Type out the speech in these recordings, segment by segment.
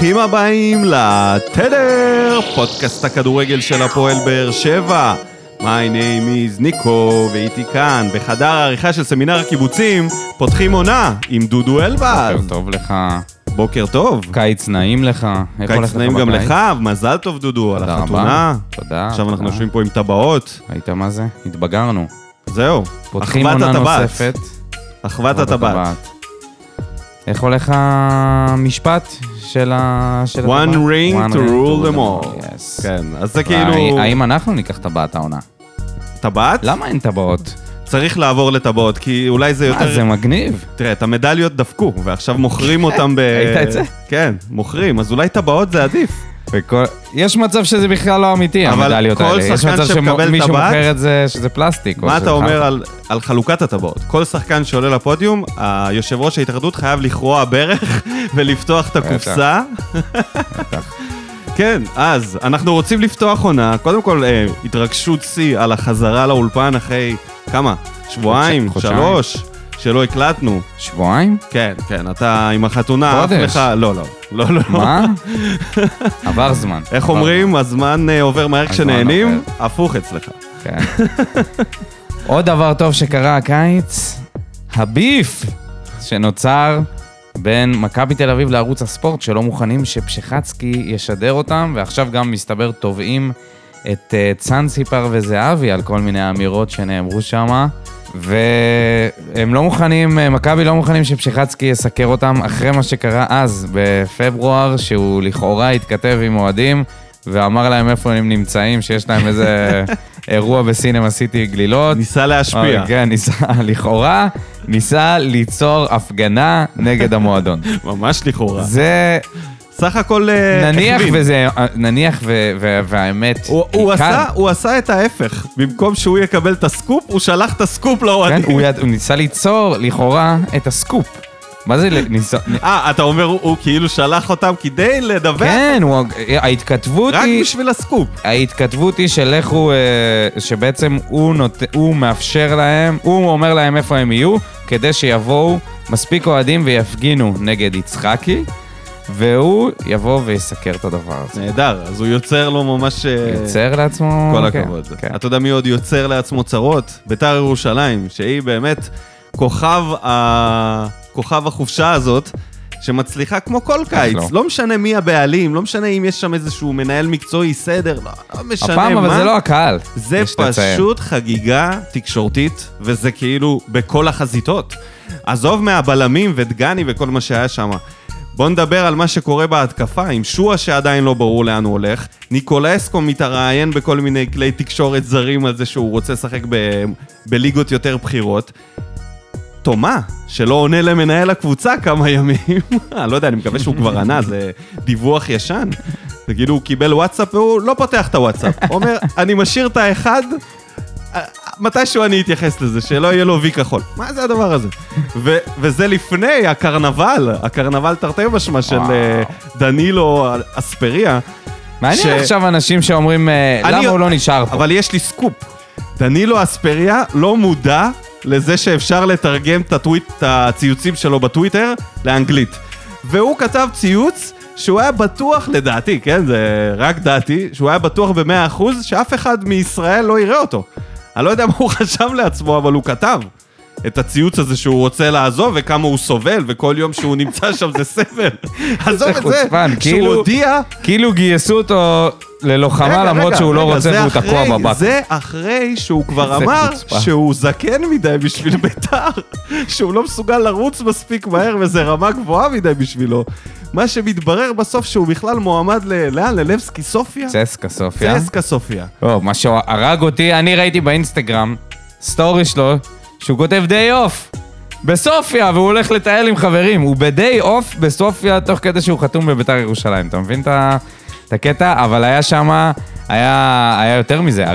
ברוכים הבאים לתדר, פודקאסט הכדורגל של הפועל באר שבע. My name is ניקו, ואיתי כאן, בחדר העריכה של סמינר הקיבוצים, פותחים עונה עם דודו אלבז. בוקר טוב לך. בוקר טוב. קיץ נעים לך. קיץ נעים גם לך, מזל טוב דודו, על החתונה. תודה. עכשיו אנחנו יושבים פה עם טבעות. היית מה זה? התבגרנו. זהו, פותחים עונה נוספת. אחוות הטבעת. איך הולך המשפט של One ring to rule them all. כן, אז זה כאילו... האם אנחנו ניקח טבעת העונה? טבעת? למה אין טבעות? צריך לעבור לטבעות, כי אולי זה יותר... זה מגניב. תראה, את המדליות דפקו, ועכשיו מוכרים אותם ב... ראית את זה? כן, מוכרים, אז אולי טבעות זה עדיף. יש מצב שזה בכלל לא אמיתי, המדליות האלה. יש מצב שמישהו מוכר את זה, שזה פלסטיק. מה אתה אומר על חלוקת הטבעות? כל שחקן שעולה לפודיום, היושב ראש ההתאחדות חייב לכרוע ברך ולפתוח את הקופסה. כן, אז אנחנו רוצים לפתוח עונה. קודם כל, התרגשות שיא על החזרה לאולפן אחרי כמה? שבועיים? 3? שלא הקלטנו. שבועיים? כן, כן, אתה עם החתונה, אף לך... לא. מה? עבר זמן. איך אומרים? הזמן עובר מהר כשנהנים? הפוך אצלך. כן. עוד דבר טוב שקרה הקיץ, הביף שנוצר בין מכבי תל אביב לערוץ הספורט, שלא מוכנים שפשחצקי ישדר אותם, ועכשיו גם מסתבר תובעים את צאנציפר וזהבי על כל מיני אמירות שנאמרו שם. והם לא מוכנים, מכבי לא מוכנים שפשחצקי יסקר אותם אחרי מה שקרה אז, בפברואר, שהוא לכאורה התכתב עם אוהדים, ואמר להם איפה הם נמצאים, שיש להם איזה אירוע בסינמה סיטי גלילות. ניסה להשפיע. כן, לכאורה, ניסה ליצור הפגנה נגד המועדון. ממש לכאורה. זה... סך הכל... נניח והאמת... הוא עשה את ההפך. במקום שהוא יקבל את הסקופ, הוא שלח את הסקופ לאוהדים. כן, הוא ניסה ליצור לכאורה את הסקופ. מה זה ניסה? אתה אומר, הוא כאילו שלח אותם כדי לדווח? כן, ההתכתבות היא... רק בשביל הסקופ. ההתכתבות היא שבעצם הוא מאפשר להם, הוא אומר להם איפה הם יהיו, כדי שיבואו מספיק אוהדים ויפגינו נגד יצחקי, והוא יבוא ויסקר את הדבר הזה. נהדר, אז הוא יוצר לו ממש... יוצר לעצמו... כל הכבוד. אתה יודע מי עוד יוצר לעצמו צרות? בית"ר ירושלים, שהיא באמת כוכב החופשה הזאת, שמצליחה כמו כל קיץ. לא משנה מי הבעלים, לא משנה אם יש שם איזשהו מנהל מקצועי, סדר, לא משנה מה. הפעם, אבל זה לא הקהל. זה פשוט חגיגה תקשורתית, וזה כאילו בכל החזיתות. עזוב מהבלמים ודגני וכל מה שהיה שם. בוא נדבר על מה שקורה בהתקפה, עם שואה שעדיין לא ברור לאן הוא הולך, ניקולסקו מתראיין בכל מיני כלי תקשורת זרים על זה שהוא רוצה לשחק בליגות יותר בחירות, תומה, שלא עונה למנהל הקבוצה כמה ימים, אני לא יודע, אני מקווה שהוא כבר ענה, זה דיווח ישן, זה כאילו הוא קיבל וואטסאפ והוא לא פותח את הוואטסאפ, הוא אומר, אני משאיר את האחד, מתישהו אני אתייחס לזה, שלא יהיה לו וי כחול. מה זה הדבר הזה? וזה לפני הקרנבל תרתי משמע של דנילו אספריה. מעניין עכשיו אנשים שאומרים, למה הוא לא נשאר פה? אבל יש לי סקופ. דנילו אספריה לא מודע לזה שאפשר לתרגם את הציוצים שלו בטוויטר לאנגלית. והוא כתב ציוץ שהוא היה בטוח, לדעתי, כן, זה רק דעתי, שהוא היה בטוח ב100% שאף אחד מישראל לא יראה אותו. אני לא יודע מה הוא חשב לעצמו, אבל הוא כתב את הציוץ הזה שהוא רוצה לעזוב, וכמה הוא סובל, וכל יום שהוא נמצא שם זה סבל. עזוב את זה, שהוא הודיע... כאילו גייסו אותו ללוחמה, למרות שהוא לא רוצה והוא תקוע בבק. זה אחרי שהוא כבר אמר שהוא זקן מדי בשביל בית"ר, שהוא לא מסוגל לרוץ מספיק מהר, וזה רמה גבוהה מדי בשבילו. מה שמתברר בסוף שהוא בכלל מועמד לאן? ללבסקי סופיה? צסקה סופיה. מה שהרג אותי, אני ראיתי באינסטגרם, סטורי שלו, שהוא כותב די אוף בסופיה, והוא הולך לטייל עם חברים. הוא בדי אוף בסופיה, תוך כדי שהוא חתום בבית"ר ירושלים. אתה מבין את הקטע? אבל היה שם, היה יותר מזה,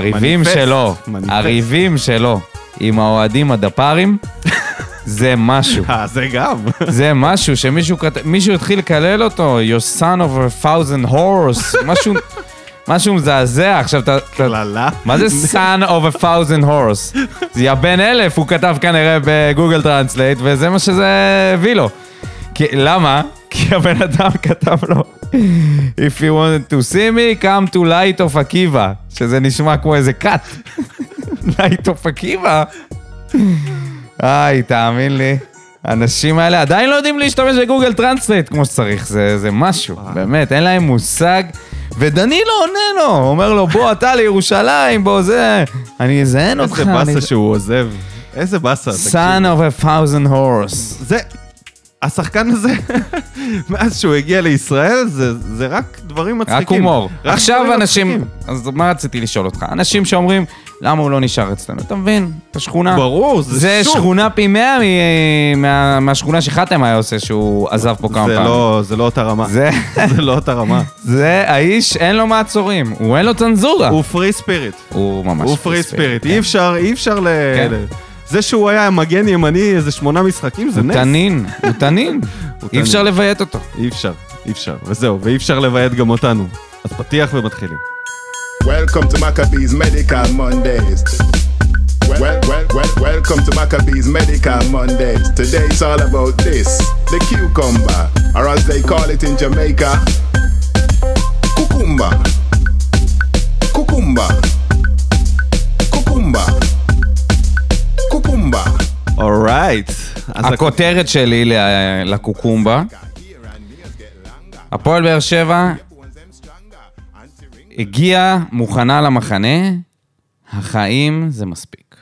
הריבים שלו עם האוהדים הדפארים, זה משהו. זה גם. זה משהו שמישהו התחיל לקלל אותו, your son of 1,000 horse, משהו מזעזע. עכשיו אתה... כללה? מה זה son of 1,000 horse? זה יא בן 1,000, הוא כתב כנראה בגוגל טרנסלייט, וזה מה שזה הביא לו. למה? כי הבן אדם כתב לו If you wanted to see me, come to Light of Akiva, שזה נשמע כמו איזה קאט. Light of Akiva. תאמין לי. האנשים האלה עדיין לא יודעים להשתמש בגוגל טרנסלייט כמו שצריך, זה משהו, באמת, אין להם מושג. ודנילו עונה לו, אומר לו, בוא אתה לירושלים, בוא זה, אני אזהן אותך. איזה באסה שהוא עוזב, איזה באסה. Son of a thousand horse. זה, השחקן הזה, מאז שהוא הגיע לישראל, זה רק דברים מצחיקים. רק הומור. עכשיו אנשים, אז מה רציתי לשאול אותך? אנשים שאומרים, למה הוא לא נשאר אצלנו? אתה מבין? את השכונה. ברור, זה שכונה פי 100 מהשכונה שחתם היה עושה, שהוא עזב פה כמה פעמים. זה לא אותה רמה. זה לא אותה רמה. זה האיש, אין לו מעצורים. הוא אין לו צנזורה. הוא פרי ספיריט. הוא ממש פרי ספיריט. אי אפשר זה שהוא היה מגן ימני איזה 8 משחקים, זה נס. הוא תנין. אי אפשר לבייט אותו. אי אפשר. וזהו, ואי אפשר לבייט גם אותנו. אז פתיח ומתחילים. Welcome to Maccabees Medical Mondays. Welcome to Maccabees Medical Mondays. Today it's all about this, the cucumber, or as they call it in Jamaica, cucumber. Cucumber. Cucumber. קוקומבה. Alright. הכותרת שלי לקוקומבה. הפועל באר שבע הגיעה מוכנה למחנה, החיים זה מספיק.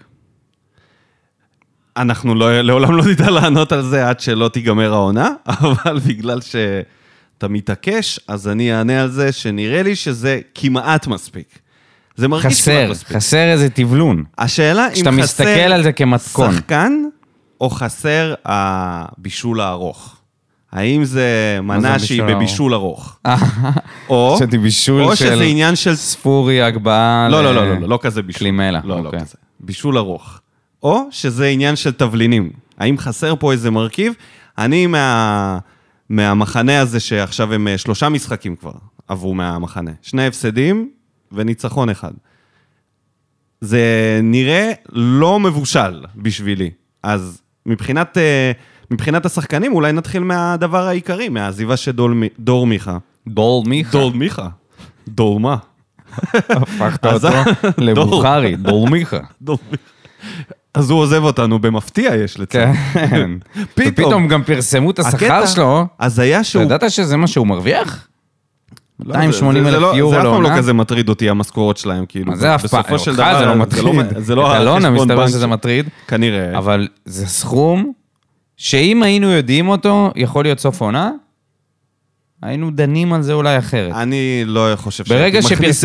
אנחנו לעולם לא נדע לענות על זה עד שלא תיגמר העונה, אבל בגלל שאתה מתעקש, אז אני אענה על זה שנראה לי שזה כמעט מספיק. זה מרגיש כמעט מספיק. חסר איזה תבלון. השאלה אם שאתה מסתכל על זה כמתכון. שחקן או חסר הבישול הארוך. האם זה מנה שהיא בבישול ארוך? או שזה עניין של ספורי, הגבהה, לא כזה בישול. קלימלה. לא כזה. בישול ארוך. או שזה עניין של תבלינים. האם חסר פה איזה מרכיב? אני מהמחנה הזה שעכשיו הם 3 משחקים כבר עברו מהמחנה. 2 הפסדים וניצחון אחד. זה נראה לא מבושל בשבילי. אז מבחינת השחקנים, אולי נתחיל מהדבר העיקרי, מהעזיבה של דור מיכה. דור מיכה? דור מה? הפכת אותו לבוכרי, דור מיכה. אז הוא עוזב אותנו במפתיע, יש לציין. כן. ופתאום גם פרסמו את השכר שלו. אז היה שהוא... אתה ידעת שזה מה שהוא מרוויח? 280,000 יורו זה אף פעם לעונה. לא כזה מטריד אותי, המשכורות שלהם, כאילו. זה אף פעם, אותך זה לא מטריד. זה לא אלונה מסתבר שזה מטריד. כנראה. אבל זה סכום שאם היינו יודעים אותו, יכול להיות סוף עונה, היינו דנים על זה אולי אחרת. אני לא חושב ברגע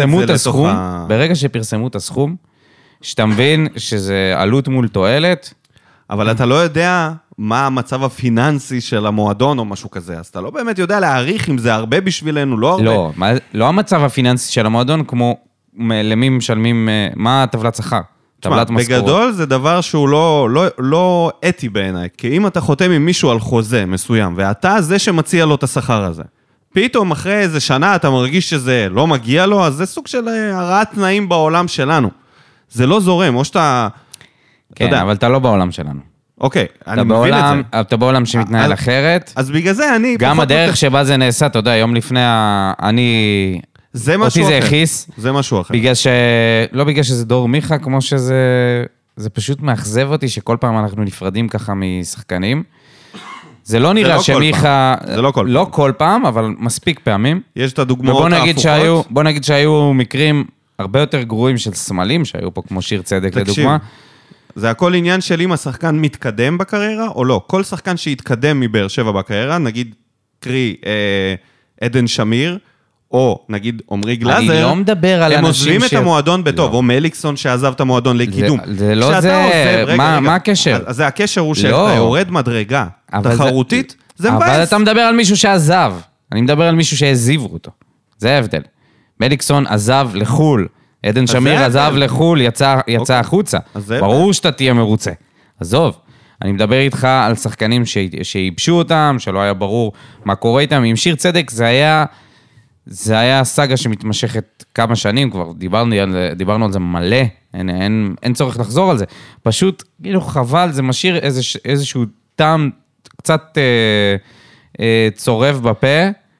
שפרסמו את הסכום, שאתה מבין שזה עלות מול תועלת, אבל אתה לא יודע מה המצב הפיננסי של המועדון או משהו כזה, אז אתה לא באמת יודע להעריך אם זה הרבה בשבילנו, לא הרבה. לא המצב הפיננסי של המועדון, כמו למי משלמים, מה הטבלת שכר? טבלת משכורת. בגדול זה דבר שהוא לא אתי בעיניי, כי אם אתה חותם עם מישהו על חוזה מסוים, ואתה זה שמציע לו את השכר הזה, פתאום אחרי איזה שנה אתה מרגיש שזה לא מגיע לו, אז זה סוג של הרעת תנאים בעולם שלנו. זה לא זורם, או שאתה... כן, אבל אתה לא בעולם שלנו. אוקיי, אני מבין את זה. אתה בעולם שמתנהל אחרת. אז בגלל זה אני... גם הדרך שבה זה נעשה, אתה יודע, יום לפני אני... זה משהו אחר. אותי זה הכיס. זה משהו אחר. לא בגלל שזה דור מיכה, כמו שזה... זה פשוט מאכזב אותי שכל פעם אנחנו נפרדים ככה משחקנים. זה לא נראה שמיכה... זה לא כל פעם. לא כל פעם, אבל מספיק פעמים. יש את הדוגמאות ההפוכות. בוא נגיד שהיו מקרים הרבה יותר גרועים של סמלים, שהיו פה כמו שיר צדק לדוגמה. זה הכל עניין של אם השחקן מתקדם בקריירה או לא. כל שחקן שיתקדם מבאר שבע בקריירה, נגיד קרי עדן שמיר, או נגיד עומרי גלאזר, אני לא מדבר על הם אנשים עוזבים את המועדון בטוב, או מליקסון שעזב את המועדון לקידום. זה לא זה, מה הקשר? אז זה הקשר הוא שאתה יורד מדרגה תחרותית, זה מבאס. אבל אתה מדבר על מישהו שעזב, אני מדבר על מישהו שהעזיבו אותו. זה ההבדל. מליקסון עזב לחול, עדן שמיר עזב לחול, יצא החוצה. ברור שאתה תהיה מרוצה. עזוב, אני מדבר איתך על שחקנים שייבשו אותם, שלא היה ברור מה קורה איתם. עם שיר צדק זה היה סאגה שמתמשכת כמה שנים, כבר דיברנו על זה מלא, אין צורך לחזור על זה. פשוט, כאילו חבל, זה משאיר איזשהו טעם קצת צורב בפה,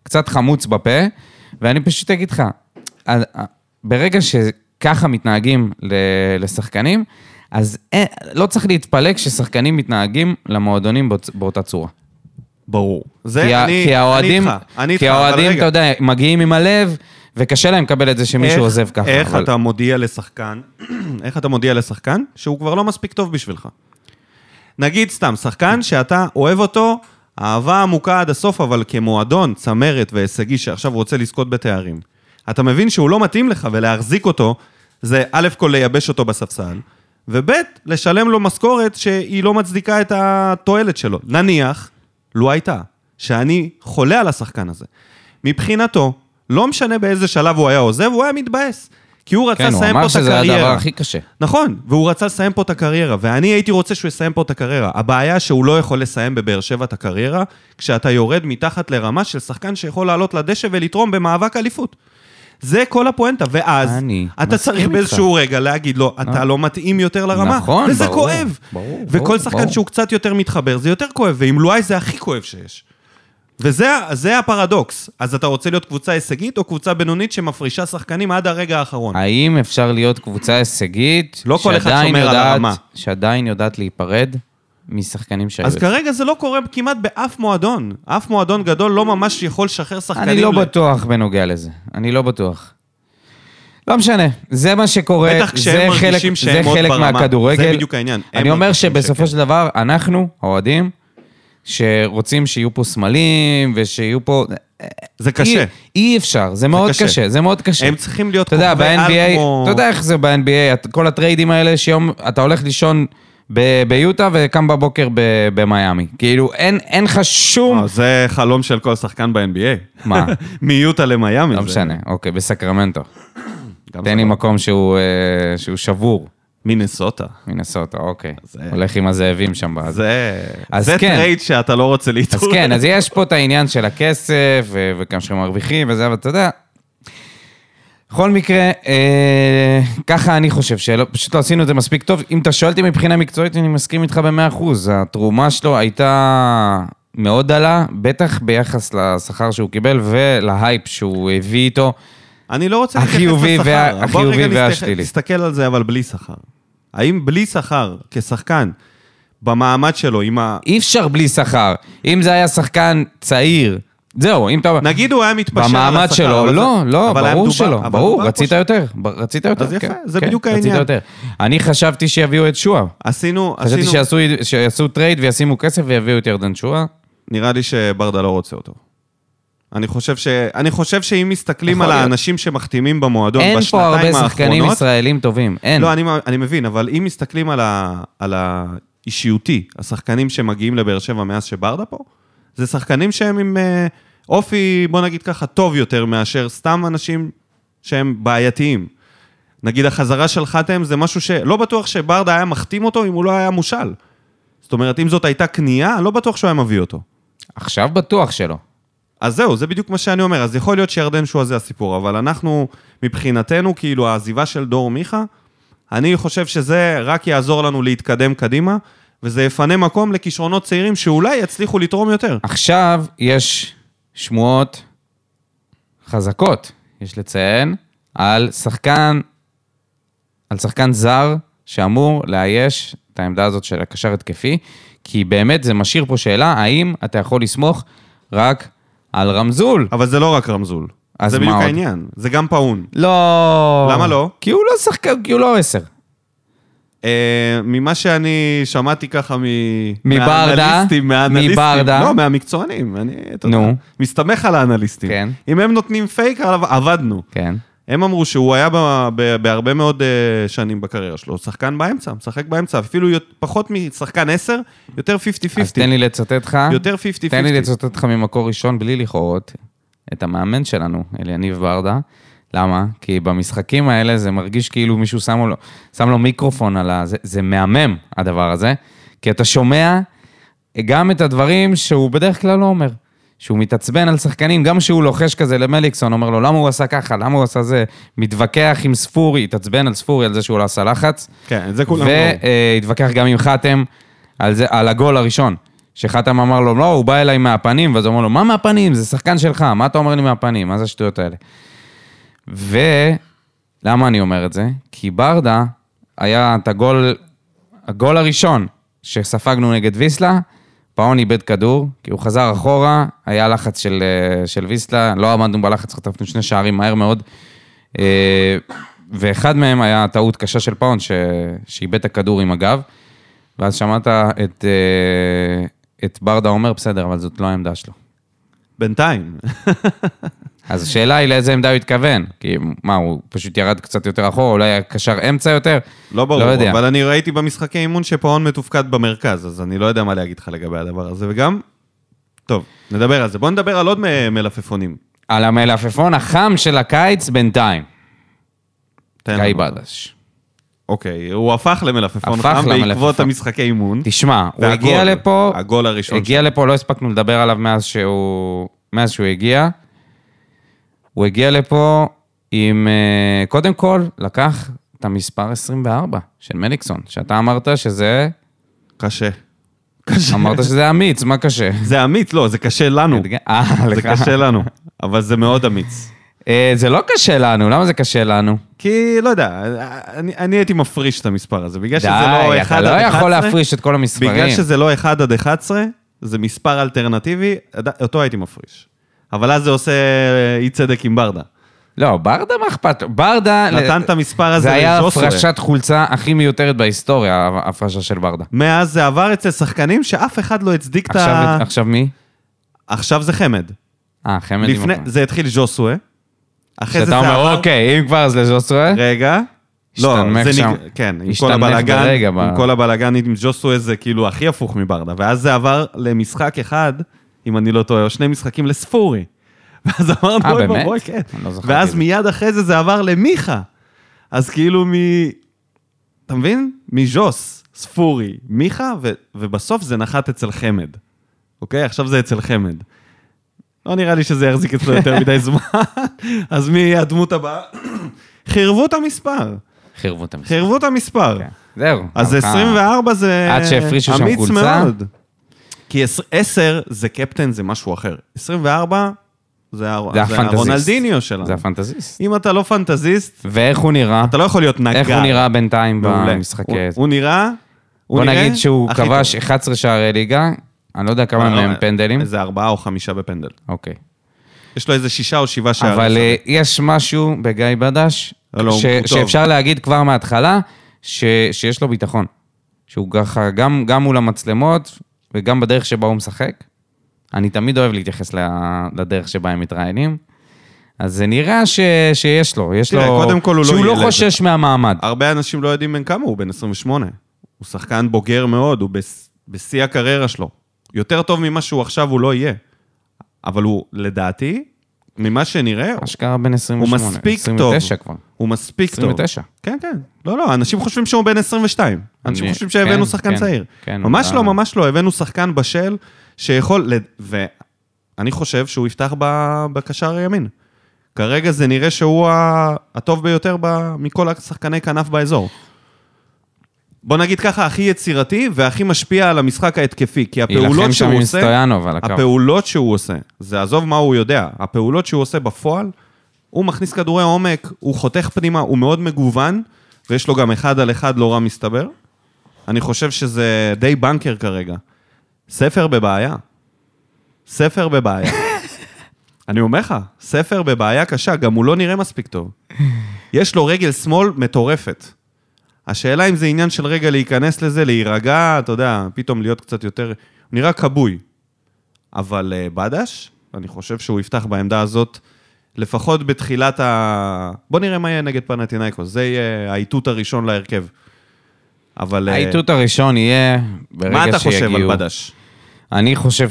קצת חמוץ בפה, ואני פשוט אגיד לך, ברגע שככה מתנהגים לשחקנים, אז לא צריך להתפלג ששחקנים מתנהגים למועדונים באותה צורה. ברור. כי האוהדים, אתה יודע, מגיעים עם הלב, וקשה להם לקבל את זה שמישהו עוזב ככה. איך אתה מודיע לשחקן שהוא כבר לא מספיק טוב בשבילך? נגיד סתם, שחקן שאתה אוהב אותו, אהבה עמוקה עד הסוף, אבל כמועדון, צמרת והישגי שעכשיו רוצה לזכות בתארים. אתה מבין שהוא לא מתאים לך, ולהחזיק אותו, זה א' כל לייבש אותו בספסל, וב' לשלם לו משכורת שהיא לא מצדיקה את התועלת שלו. נניח, לא הייתה, שאני חולה על השחקן הזה. מבחינתו, לא משנה באיזה שלב הוא היה עוזב, הוא היה מתבאס. כי הוא רצה לסיים פה את הקריירה. כן, הוא אמר שזה הדבר הכי קשה. נכון, והוא רצה לסיים פה את הקריירה, ואני הייתי רוצה שהוא יסיים פה את הקריירה. הבעיה שהוא לא יכול לסיים בבאר שבע את הקריירה, כשאתה יורד מתחת לרמה של שחקן שיכול לעלות לדשא ולתרום במאבק אליפות. זה כל הפואנטה, ואז אתה צריך באיזשהו רגע להגיד לו, אתה לא מתאים יותר לרמה, נכון, וזה כואב. וכל שחקן שהוא קצת יותר מתחבר, זה יותר כואב, ועם לואי זה הכי כואב שיש. וזה הפרדוקס. אז אתה רוצה להיות קבוצה הישגית או קבוצה בינונית שמפרישה שחקנים עד הרגע האחרון? האם אפשר להיות קבוצה הישגית לא כל אחד שומר על הרמה. שעדיין יודעת להיפרד משחקנים שהיו? אז כרגע זה לא קורה כמעט באף מועדון. אף מועדון גדול לא ממש יכול לשחרר שחקנים. אני לא בטוח בנוגע לזה. אני לא בטוח. לא משנה, זה מה שקורה, זה חלק מהכדורגל. זה בדיוק העניין. אני אומר שבסופו של דבר, אנחנו, האוהדים, שרוצים שיהיו פה סמלים, ושיהיו פה... זה קשה. אי אפשר, זה מאוד קשה, זה מאוד קשה. הם צריכים להיות כוכבי על כמו... אתה יודע איך זה ב-NBA, כל הטריידים האלה, שיום אתה הולך לישון ביוטה, וקם בבוקר במיימי. כאילו, אין לך שום... זה חלום של כל שחקן ב-NBA. מה? מיוטה למיימי. לא משנה, אוקיי, בסקרמנטו. תן לי מקום שהוא שבור. מינסוטה, אוקיי. הולך עם הזאבים שם. זה טרייד שאתה לא רוצה להתעורר. אז כן, אז יש פה את העניין של הכסף, וכמה שהם מרוויחים וזה, אבל אתה יודע, בכל מקרה, ככה אני חושב, שפשוט לא עשינו את זה מספיק טוב. אם אתה שואלתי מבחינה מקצועית, אני מסכים איתך ב100%. התרומה שלו הייתה מאוד דלה, בטח ביחס לשכר שהוא קיבל, ולהייפ שהוא הביא איתו. אני לא רוצה להתייחס לשכר. החיובי והשלילי. תסתכל על זה, אבל בלי שכר. האם בלי שכר, כשחקן, במעמד שלו, עם ה... אי אפשר בלי שכר. אם זה היה שחקן צעיר, זהו, אם אתה... נגיד הוא היה מתפשר על השכר. במעמד שלו, לא, ברור שלא. ברור, רצית יותר. אז יפה, זה בדיוק העניין. אני חשבתי שיביאו את שועה. חשבתי שיעשו טרייד וישימו כסף ויביאו את ירדן שועה. נראה לי שברדה לא רוצה אותו. אני חושב שאם מסתכלים על האנשים שמחתימים במועדון בשנתיים האחרונות... אין פה הרבה שחקנים ישראלים טובים, אין. לא, אני מבין, אבל אם מסתכלים על האישיותי, השחקנים שמגיעים לבאר שבע מאז שברדה פה, זה שחקנים שהם עם אופי, בוא נגיד ככה, טוב יותר מאשר סתם אנשים שהם בעייתיים. נגיד החזרה של חתם זה משהו שלא בטוח שברדה היה מחתים אותו אם הוא לא היה מושל. זאת אומרת, אם זאת הייתה קנייה, לא בטוח שהוא היה מביא אותו. עכשיו בטוח שלא. אז זהו, זה בדיוק מה שאני אומר. אז יכול להיות שירדן שועה זה הסיפור, אבל אנחנו, מבחינתנו, כאילו, העזיבה של דור מיכה, אני חושב שזה רק יעזור לנו להתקדם קדימה, וזה יפנה מקום לכישרונות צעירים שאולי יצליחו לתרום יותר. עכשיו יש שמועות חזקות, יש לציין, על שחקן זר שאמור לאייש את העמדה הזאת של הקשר התקפי, כי באמת זה משאיר פה שאלה, האם אתה יכול לסמוך רק על רמזול. אבל זה לא רק רמזול. זה בדיוק העניין. זה גם פאון. לא. למה לא? כי הוא לא שחקן, כי הוא לא 10. ממה שאני שמעתי ככה מברדה. לא, מהמקצוענים. נו. מסתמך על האנליסטים. כן. אם הם נותנים פייק, עבדנו. כן. הם אמרו שהוא היה בהרבה מאוד שנים בקריירה שלו. שחקן באמצע, משחק באמצע. אפילו פחות משחקן 10, יותר 50-50. אז תן לי לצטט לך. יותר 50-50. תן לי לצטט לך ממקור ראשון, בלי לכרות, את המאמן שלנו, אליניב ברדה. למה? כי במשחקים האלה זה מרגיש כאילו מישהו שם לו מיקרופון על זה מהמם, הדבר הזה. כי אתה שומע גם את הדברים שהוא בדרך כלל לא אומר. שהוא מתעצבן על שחקנים, גם שהוא לוחש כזה למליקסון, אומר לו, למה הוא עשה ככה, למה הוא עשה זה, מתווכח עם ספורי, התעצבן על ספורי, על זה שהוא לא עשה לחץ. כן, זה כולם. והתווכח גם עם חתם, על הגול הראשון, שחתם אמר לו, לא, הוא בא אליי מהפנים, ואז הוא אמר לו, מה מהפנים? זה שחקן שלך, מה אתה אומר לי מהפנים? מה זה השטויות האלה? ולמה אני אומר את זה? כי ברדה היה את הגול הראשון שספגנו נגד ויסלה, פאון איבד כדור, כי הוא חזר אחורה, היה לחץ של ויסלה, לא עמדנו בלחץ, חטפנו 2 שערים מהר מאוד, ואחד מהם היה טעות קשה של פאון, שאיבד את הכדור עם הגב, ואז שמעת את ברדה אומר, בסדר, אבל זאת לא העמדה שלו. בינתיים. אז השאלה היא לאיזה עמדה הוא התכוון, כי מה, הוא פשוט ירד קצת יותר אחורה, אולי היה קשר אמצע יותר? לא ברור, אבל אני ראיתי במשחקי אימון שפאון מתופקד במרכז, אז אני לא יודע מה להגיד לך לגבי הדבר הזה, וגם, טוב, נדבר על זה. בוא נדבר על עוד מלפפונים. על המלפפון החם של הקיץ בינתיים. גיא בדש. אוקיי, הוא הפך למלפפון חם בעקבות המשחקי אימון. תשמע, הוא הגיע לפה, הגול הראשון. הגיע לפה, לא הספקנו לדבר עליו מאז שהוא הגיע. הוא הגיע לפה עם, קודם כל, לקח את המספר 24 של מליקסון, שאתה אמרת שזה... קשה. אמרת שזה אמיץ, מה קשה? זה אמיץ, לא, זה קשה לנו. זה קשה לנו, אבל זה מאוד אמיץ. זה לא קשה לנו, למה זה קשה לנו? כי, לא יודע, אני הייתי מפריש את המספר הזה, בגלל שזה לא 1 עד 11. אתה לא יכול להפריש את כל המספרים. בגלל שזה לא 1 עד 11, זה מספר אלטרנטיבי, אותו הייתי מפריש. אבל אז זה עושה אי צדק עם ברדה. לא, ברדה מה אכפת? ברדה... נתן את המספר הזה זה היה לג'וסווה. הפרשת חולצה הכי מיותרת בהיסטוריה, ההפרשה של ברדה. מאז זה עבר אצל שחקנים שאף אחד לא הצדיק את ה... עכשיו מי? עכשיו זה חמד. חמד עם מקום. זה התחיל ג'וסווה. אחרי זה שאתה אומר, אוקיי, אם כבר אז לג'וסווה. רגע. לא, זה כן, עם כל הבלגן עם ג'וסווה זה כאילו הכי הפוך מברדה. ואז זה עבר למשחק אחד, אם אני לא טועה, או 2 משחקים לספורי. ואז אמרנו, בואי, כן. ואז מיד אחרי זה עבר למיכה. אז כאילו אתה מבין? מז'וס, ספורי, מיכה, ובסוף זה נחת אצל חמד. אוקיי? עכשיו זה אצל חמד. לא נראה לי שזה יחזיק אצלו יותר מדי זמן. אז מי הדמות הבאה? חירבו את המספר. חירבו את המספר. זהו. אז 24 זה אמיץ מאוד. כי 10 זה קפטן, זה משהו אחר. 24 זה הרונלדיניו שלנו. זה הפנטזיסט. אם אתה לא פנטזיסט... ואיך הוא נראה? אתה לא יכול להיות נגר. איך הוא נראה בינתיים במשחקי? הוא נראה... בוא נגיד שהוא כבש 11 שערי ליגה, אני לא יודע כמה מהם פנדלים. איזה 4 או 5 בפנדל. אוקיי. יש לו איזה 6 או 7 שערים. אבל יש משהו בגיא בדש, שאפשר להגיד כבר מההתחלה, שיש לו ביטחון. שהוא ככה גם מול המצלמות, וגם בדרך שבה הוא משחק. אני תמיד אוהב להתייחס לדרך שבה הם מתראיינים. אז זה נראה שיש לו, קודם כל שהוא לא חושש מהמעמד. הרבה אנשים לא יודעים בין כמה, הוא בן 28. הוא שחקן בוגר מאוד, הוא בשיא הקריירה שלו. יותר טוב ממה שהוא עכשיו הוא לא יהיה. אבל הוא, לדעתי, ממה שנראה, אשכרה בן 28. הוא מספיק 29 כבר. הוא מספיק 29. טוב. כן, כן. לא, אנשים חושבים שהוא בן 22. אנשים חושבים שהבאנו שחקן צעיר. ממש לא, ממש לא. הבאנו שחקן בשל שיכול, ואני חושב שהוא יפתח בקשר הימין. כרגע זה נראה שהוא הטוב ביותר מכל השחקני כנף באזור. בוא נגיד ככה, הכי יצירתי והכי משפיע על המשחק ההתקפי, כי הפעולות שהוא עושה, זה עזוב מה הוא יודע, הפעולות שהוא עושה בפועל, הוא מכניס כדורי עומק, הוא חותך פנימה, הוא מאוד מגוון, ויש לו גם 1 על 1 לא רע מסתבר. אני חושב שזה די בנקר כרגע. ספר בבעיה. ספר בבעיה. אני אומר לך, ספר בבעיה קשה, גם הוא לא נראה מספיק טוב. יש לו רגל שמאל מטורפת. השאלה אם זה עניין של רגע להיכנס לזה, להירגע, אתה יודע, פתאום להיות קצת יותר, הוא נראה קבוי. אבל בדש, אני חושב שהוא יפתח בעמדה הזאת, לפחות בתחילת בוא נראה מה יהיה נגד פנתינייקוס, זה יהיה האיתות הראשון להרכב. אבל... האיתות הראשון יהיה ברגע שיגיעו. מה אתה חושב על בדש? אני חושב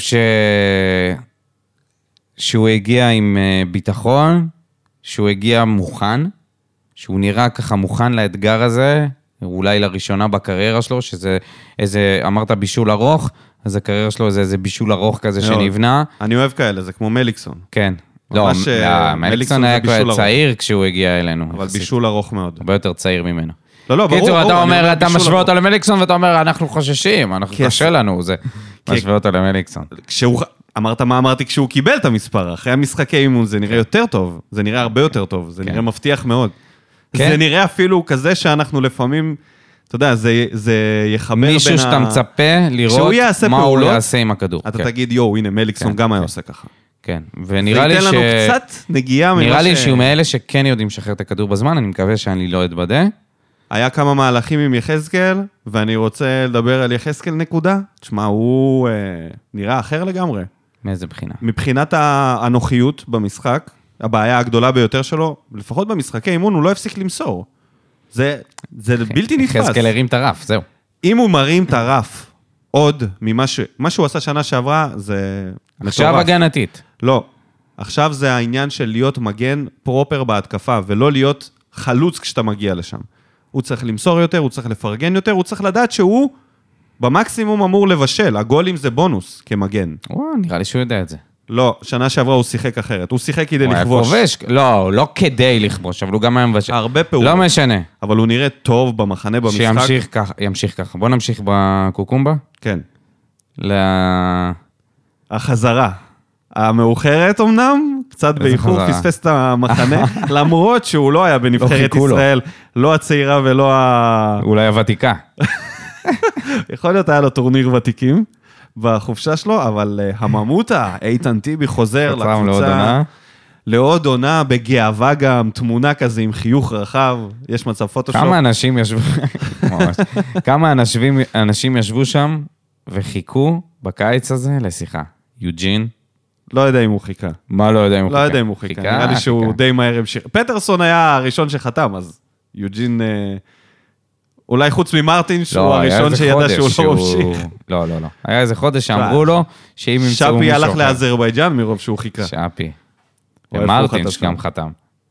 שהוא הגיע עם ביטחון, שהוא הגיע מוכן, שהוא נראה ככה מוכן לאתגר הזה, אולי לראשונה בקריירה שלו, שזה איזה, אמרת בישול ארוך, אז הקריירה שלו זה איזה בישול ארוך כזה שנבנה. אני אוהב כאלה, זה כמו מליקסון. כן. לא, מליקסון היה כבר צעיר כשהוא הגיע אלינו. אבל בישול ארוך מאוד. הרבה יותר צעיר ממנו. לא, ברור. קיצור, אתה אומר, אתה בישול משווה לא. אותו למליקסון, ואתה אומר, אנחנו חוששים, אנחנו קשה לנו, זה משווה אותו למליקסון. אמרת מה אמרתי כשהוא קיבל את המספר, אחרי המשחקי אימון זה נראה יותר טוב, זה נראה הרבה יותר טוב, זה נראה מבטיח מאוד. זה נראה אפילו כזה שאנחנו לפעמים, אתה יודע, זה יחמר בין מישהו שאתה מצפה לראות מה הוא יעשה עם הכדור. אתה תגיד, הנה מליקסון גם היה עושה ככה. כן, ונראה לי זה ייתן לנו קצת נגיעה. נראה לי שהוא מאלה שכן יודעים לשחרר את הכדור בזמן, אני מקווה שאני לא אתבדה. היה כמה מהלכים עם יחזקאל, ואני רוצה לדבר על יחזקאל נקודה. תשמע, הוא נראה אחר לגמרי. מאיזה בחינה? מבחינת הנוחיות במשחק, הבעיה הגדולה ביותר שלו, לפחות במשחקי אימון, הוא לא הפסיק למסור. זה בלתי נתפס. יחזקאל הרים את הרף, זהו. אם הוא מרים את הרף עוד ממה שהוא עשה שנה שעברה, זה עכשיו הגנתית. לא. עכשיו זה העניין של להיות מגן פרופר בהתקפה, ולא להיות חלוץ כשאתה מגיע לשם. הוא צריך למסור יותר, הוא צריך לפרגן יותר, הוא צריך לדעת שהוא במקסימום אמור לבשל. הגולים זה בונוס כמגן. נראה לי שהוא יודע את זה. לא, שנה שעברה הוא שיחק אחרת. הוא שיחק כדי לכבוש. הוא היה כובש, לא כדי לכבוש, אבל הוא גם היה מבשל. הרבה פעולות. לא משנה. אבל הוא נראה טוב במחנה, במשחק. שימשיך ככה. בוא נמשיך בקוקומבה. כן. החזרה. המאוחרת אמנם, קצת באיחור, פספס את המחנה, למרות שהוא לא היה בנבחרת ישראל, לא הצעירה ולא אולי הוותיקה. יכול להיות היה לו טורניר ותיקים בחופשה שלו, אבל הממותה, איתן טיבי חוזר לקבוצה, לעוד עונה, בגאווה גם, תמונה כזה עם חיוך רחב, יש מצב פוטושופ. כמה אנשים ישבו שם וחיכו בקיץ הזה לשיחה. יוג'ין. לא יודע אם הוא חיכה. מה לא יודע אם הוא חיכה? לא יודע אם הוא חיכה. נראה לי שהוא די מהר המשיך. פטרסון היה הראשון שחתם, אז יוג'ין, אולי חוץ ממרטין, שהוא הראשון שידע שהוא לא ממשיך. לא. היה איזה חודש שאמרו לו, שאם ימצאו מישהו... שפי הלך לאזרבייג'אן מרוב שהוא חיכה. שפי. ומרטין שגם חתם.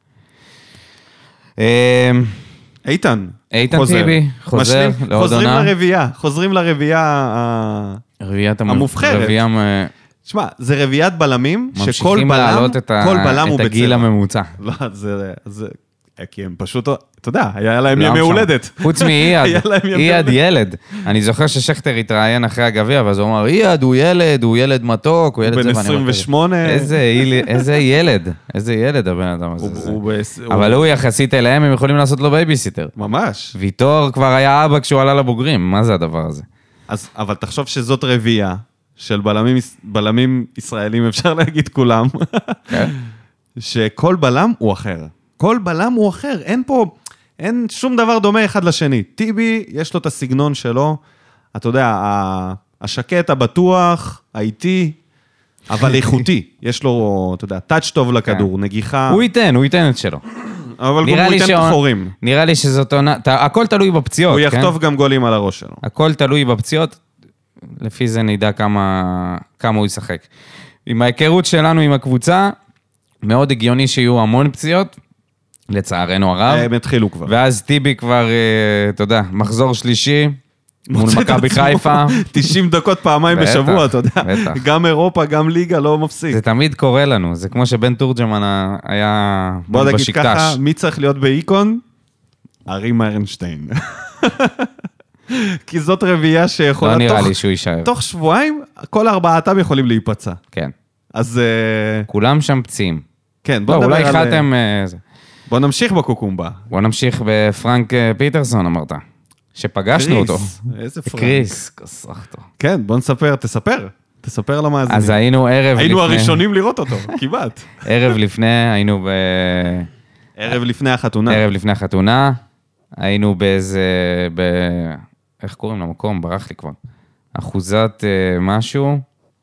איתן טיבי, חוזר לעוד עונה. חוזרים לרביעייה המובחרת. תשמע, זה רביעיית בלמים, שכל בלם הוא בצבע. את הגיל הממוצע. לא, זה... כי הם פשוט, אתה יודע, היה להם ימי הולדת. חוץ מאייד ילד. אני זוכר ששכטר התראיין אחרי הגביע, ואז הוא אמר, אייד הוא ילד מתוק, הוא ילד זה. בן 28. איזה ילד הבן אדם הזה. אבל הוא יחסית אליהם, הם יכולים לעשות לו בייביסיטר. ממש. ויטור כבר היה אבא כשהוא עלה לבוגרים, מה זה הדבר הזה? אבל תחשוב שזאת רביעייה, של בלמים ישראלים, אפשר להגיד כולם, שכל בלם הוא אחר. כל בלם הוא אחר, אין שום דבר דומה אחד לשני. טיבי, יש לו את הסגנון שלו, אתה יודע, השקט, הבטוח, האיטי, אבל איכותי. יש לו, אתה יודע, טאץ' טוב לכדור, נגיחה. הוא ייתן את שלו. אבל גם הוא ייתן את החורים. נראה לי שזאת עונה, הכל תלוי בפציעות. הוא יחטוף גם גולים על הראש שלו. הכל תלוי בפציעות, לפי זה נדע כמה הוא ישחק. עם ההיכרות שלנו עם הקבוצה, מאוד הגיוני שיהיו המון פציעות, לצערנו הרב. הם התחילו כבר. ואז טיבי כבר, אתה יודע, מחזור שלישי, מול מכבי חיפה. 90 דקות פעמיים בשבוע, אתה יודע. גם אירופה, גם ליגה, לא מפסיק. זה תמיד קורה לנו, זה כמו שבן תורג'מן היה בשקטש. בוא נגיד ככה, מי צריך להיות באיקון? ארי מיירנשטיין. כי זאת רביעייה שיכולה... לא נראה לי שהוא יישאר. תוך שבועיים, כל ארבעתם יכולים להיפצע. כן. אז... כולם שם פציעים. כן, בוא נדבר על... אולי חתם... בוא נמשיך בקוקומבה. בוא נמשיך בפרנק פיטרסון, אמרת. שפגשנו אותו. איזה פרנק. קריס, כסחתו. כן, בוא נספר, תספר למאזינים. אז היינו ערב לפני... היינו הראשונים לראות אותו, כמעט. ערב לפני, היינו ערב לפני החתונה. ערב לפני החתונה, היינו באיזה... איך קוראים למקום? ברח לי כבר. אחוזת משהו.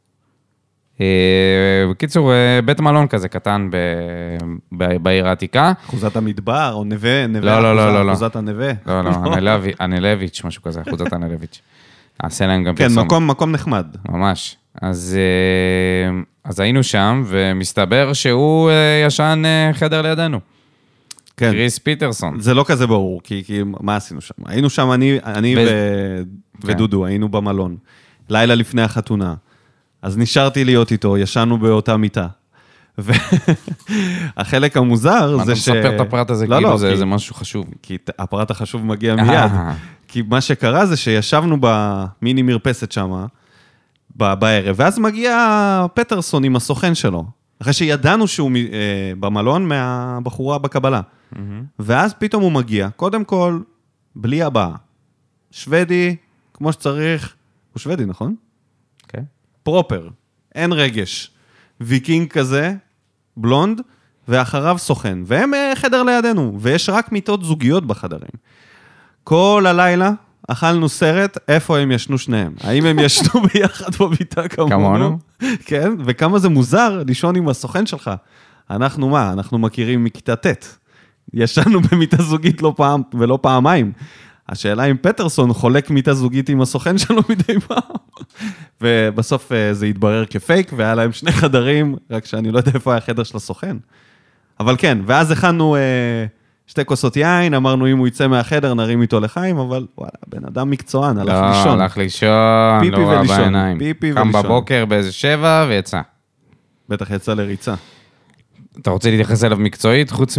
בקיצור, בית מלון כזה קטן בעיר העתיקה. אחוזת המדבר, או נווה, לא. אחוזת הנווה. לא, הנלביץ', משהו כזה, אחוזת הנלביץ'. נעשה להם גם פרסום. כן, מקום נחמד. ממש. אז היינו שם, ומסתבר שהוא ישן חדר לידינו. כן. קריס פיטרסון. זה לא כזה ברור, כי מה עשינו שם? היינו שם, אני ודודו, היינו במלון. לילה לפני החתונה. אז נשארתי להיות איתו, ישנו באותה מיטה. והחלק המוזר מה זה אתה מספר את הפרט הזה כאילו זה משהו חשוב? כי הפרט החשוב מגיע מיד. כי מה שקרה זה שישבנו במיני מרפסת שם, בערב, ואז מגיע פטרסון עם הסוכן שלו, אחרי שידענו שהוא במלון מהבחורה בקבלה. ואז פתאום הוא מגיע, קודם כל, בלי הבאה. שוודי, כמו שצריך, הוא שוודי, נכון? כן. פרופר, אין רגש. ויקינג כזה, בלונד, ואחריו סוכן. והם חדר לידינו, ויש רק מיטות זוגיות בחדרים. כל הלילה אכלנו סרט, איפה הם ישנו שניהם? האם הם ישנו ביחד בביתה כמונו? כן, וכמה זה מוזר לישון עם הסוכן שלך. אנחנו מה? אנחנו מכירים מכיתה ט'. ישנו במיטה זוגית לא פעם ולא פעמיים. השאלה אם פטרסון חולק מיטה זוגית עם הסוכן שלו מדי פעם. ובסוף זה התברר כפייק, והיה להם 2 חדרים, רק שאני לא יודע איפה היה החדר של הסוכן. אבל כן, ואז הכנו 2 כוסות יין, אמרנו אם הוא יצא מהחדר, נרים איתו לחיים, אבל וואלה, בן אדם מקצוען, הלך לישון. לא, הלך לישון, פיפי לא ראה ולישון, בעיניים. פיפי קם ולישון. בבוקר באיזה 7 ויצא. בטח יצא לריצה. אתה רוצה להתייחס אליו מקצועית, חוץ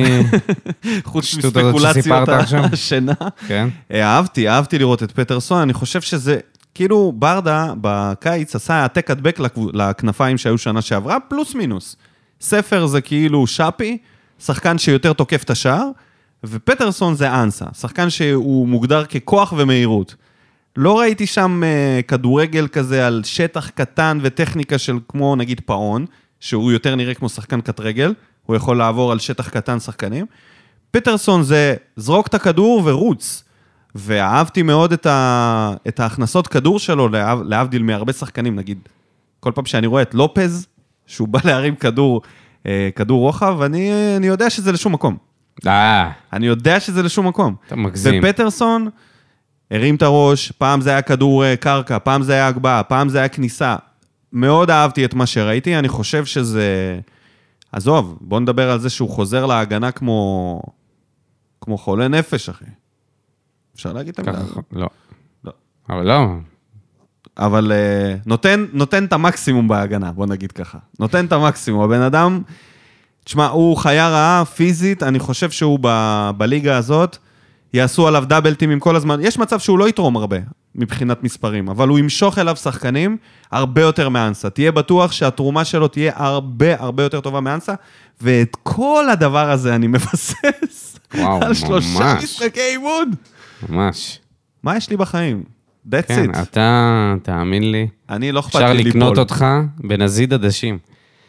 חוץ שטות הזאת מספקולציות שסיפרת עכשיו? השינה. כן. אהבתי לראות את פטרסון, אני חושב שזה, כאילו ברדה בקיץ עשה העתק הדבק לכנפיים שהיו שנה שעברה, פלוס מינוס. ספר זה כאילו שפי, שחקן שיותר תוקף את השער, ופטרסון זה אנסה, שחקן שהוא מוגדר ככוח ומהירות. לא ראיתי שם כדורגל כזה על שטח קטן וטכניקה של כמו נגיד פאון, שהוא יותר נראה כמו שחקן קט רגל, הוא יכול לעבור על שטח קטן שחקנים. פטרסון זה זרוק את הכדור ורוץ, ואהבתי מאוד את ההכנסות כדור שלו, להבדיל מהרבה שחקנים, נגיד, כל פעם שאני רואה את לופז, שהוא בא להרים כדור רוחב, אני יודע שזה לשום מקום. אני יודע שזה לשום מקום. אתה מגזים. ופטרסון הרים את הראש, פעם זה היה כדור קרקע, פעם זה היה הגבהה, פעם זה היה כניסה. מאוד אהבתי את מה שראיתי, אני חושב שזה... עזוב, בוא נדבר על זה שהוא חוזר להגנה כמו חולה נפש, אחי. אפשר להגיד את המילה? לא. לא. אבל לא. אבל נותן את המקסימום בהגנה, בוא נגיד ככה. נותן את המקסימום. הבן אדם, תשמע, הוא חיה רעה, פיזית, אני חושב שהוא בליגה הזאת, יעשו עליו דאבל טימים כל הזמן. יש מצב שהוא לא יתרום הרבה, מבחינת מספרים, אבל הוא ימשוך אליו שחקנים הרבה יותר מאנסה. תהיה בטוח שהתרומה שלו תהיה הרבה יותר טובה מאנסה, ואת כל הדבר הזה אני מבסס על 3 משחקי אימון. ממש. מה יש לי בחיים? That's כן, it. אתה, תאמין לי. אני לא אכפת לי אפשר ליפול. לקנות אותך בנזיד עדשים.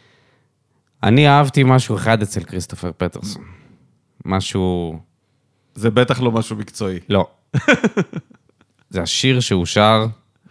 אני אהבתי משהו אחד אצל כריסטופר פטרסון. משהו... זה בטח לא משהו מקצועי. לא. זה השיר שהוא שר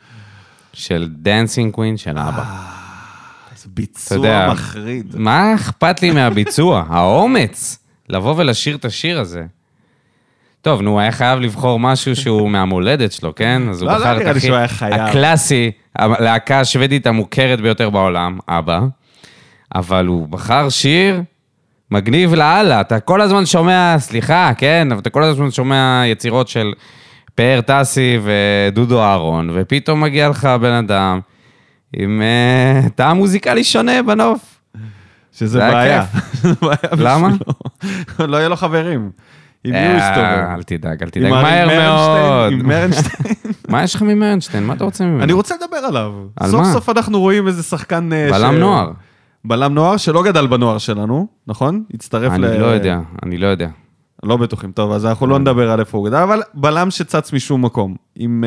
של דנסינג קווין של אבא. זה ביצוע מחריד. מה אכפת לי מהביצוע? האומץ, לבוא ולשיר את השיר הזה. טוב, נו, הוא היה חייב לבחור משהו שהוא מהמולדת שלו, כן? אז הוא בחר את הכי הקלאסי, הלהקה השוודית המוכרת ביותר בעולם, אבא. אבל הוא בחר שיר מגניב לאללה. אתה כל הזמן שומע, סליחה, כן? אבל אתה כל הזמן שומע יצירות של פאר טסי ודודו אהרון, ופתאום מגיע לך בן אדם עם טעם מוזיקלי שונה בנוף. שזה בעיה. למה? לא יהיה לו חברים. עם מי הוא יסתובב? אל תדאג. מהר מאוד. עם מרנשטיין. מה יש לך ממרנשטיין? מה אתה רוצה ממנו? אני רוצה לדבר עליו. על סוף מה? סוף אנחנו רואים איזה שחקן... בלם נוער. בלם נוער שלא גדל בנוער שלנו, נכון? הצטרף אני לא יודע. לא בטוחים, טוב, אז אנחנו לא נדבר על איפה הוא גדל, אבל בלם שצץ משום מקום, עם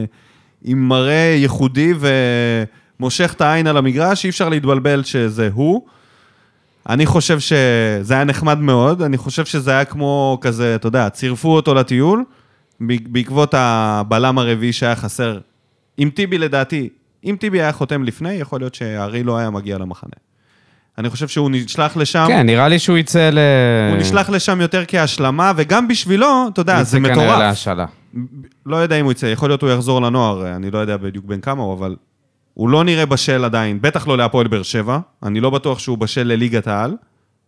מראה ייחודי ומושך את העין על המגרש, אי אפשר להתבלבל שזה הוא. אני חושב שזה היה נחמד מאוד, אני חושב שזה היה כמו כזה, אתה יודע, צירפו אותו לטיול, בעקבות הבלם הרביעי שהיה חסר. עם טיבי לדעתי, אם טיבי היה חותם לפני, יכול להיות שהארי לא היה מגיע למחנה. אני חושב שהוא נשלח לשם... כן, נראה לי שהוא יצא הוא נשלח לשם יותר כהשלמה, וגם בשבילו, אתה יודע, זה מטורף. כנראה להשאלה. לא יודע אם הוא יצא, יכול להיות הוא יחזור לנוער, אני לא יודע בדיוק בין כמה הוא, אבל הוא לא נראה בשל עדיין, בטח לא להפועל באר שבע, אני לא בטוח שהוא בשל לליגת העל.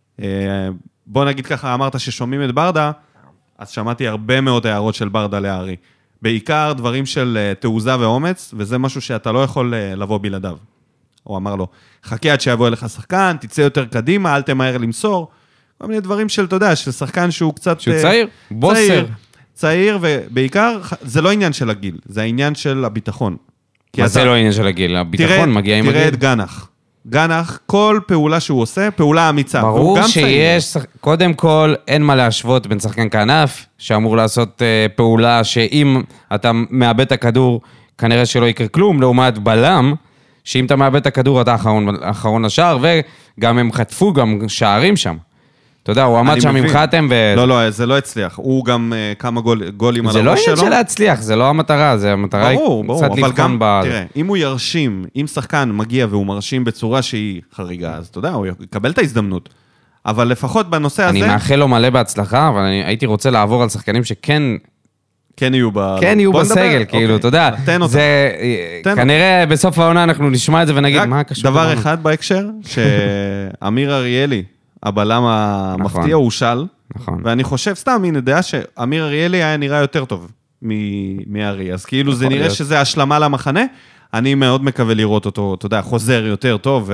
בוא נגיד ככה, אמרת ששומעים את ברדה, אז שמעתי הרבה מאוד הערות של ברדה לארי. בעיקר דברים של תעוזה ואומץ, וזה משהו שאתה לא יכול לבוא בלעדיו. או אמר לו, חכה עד שיבוא אליך שחקן, תצא יותר קדימה, אל תמהר למסור. כל מיני דברים של, אתה יודע, של שחקן שהוא קצת... שהוא צעיר, בוסר. צעיר, ובעיקר, זה לא עניין של הגיל, זה העניין של הביטחון. מה זה לא עניין של הגיל? הביטחון מגיע עם הגיל. תראה את גנח. גנח, כל פעולה שהוא עושה, פעולה אמיצה. ברור שיש, קודם כל, אין מה להשוות בין שחקן כנף, שאמור לעשות פעולה שאם אתה מאבד את הכדור, כנראה שלא יקרה כלום, לעומת בלם, שאם אתה מאבד את הכדור, אתה אחרון לשער, וגם הם חטפו גם שערים שם. אתה יודע, הוא עמד שם עם חתם ו... לא, זה לא הצליח. הוא גם כמה גולים על הראש שלו. זה לא עניין של להצליח, זה לא המטרה, זה המטרה היא קצת לבחון ב... תראה, אם הוא ירשים, אם שחקן מגיע והוא מרשים בצורה שהיא חריגה, אז אתה יודע, הוא יקבל את ההזדמנות. אבל לפחות בנושא הזה... אני מאחל לו מלא בהצלחה, אבל אני הייתי רוצה לעבור על שחקנים שכן... כן יהיו בסגל, כאילו, אתה יודע, זה, כנראה בסוף העונה אנחנו נשמע את זה ונגיד, מה קשור? דבר אחד בהקשר, שאמיר אריאלי, הבלם המפתיע, הוא של, ואני חושב סתם, הנה דעה שאמיר אריאלי היה נראה יותר טוב מארי, אז כאילו זה נראה שזה השלמה למחנה, אני מאוד מקווה לראות אותו, אתה יודע, חוזר יותר טוב,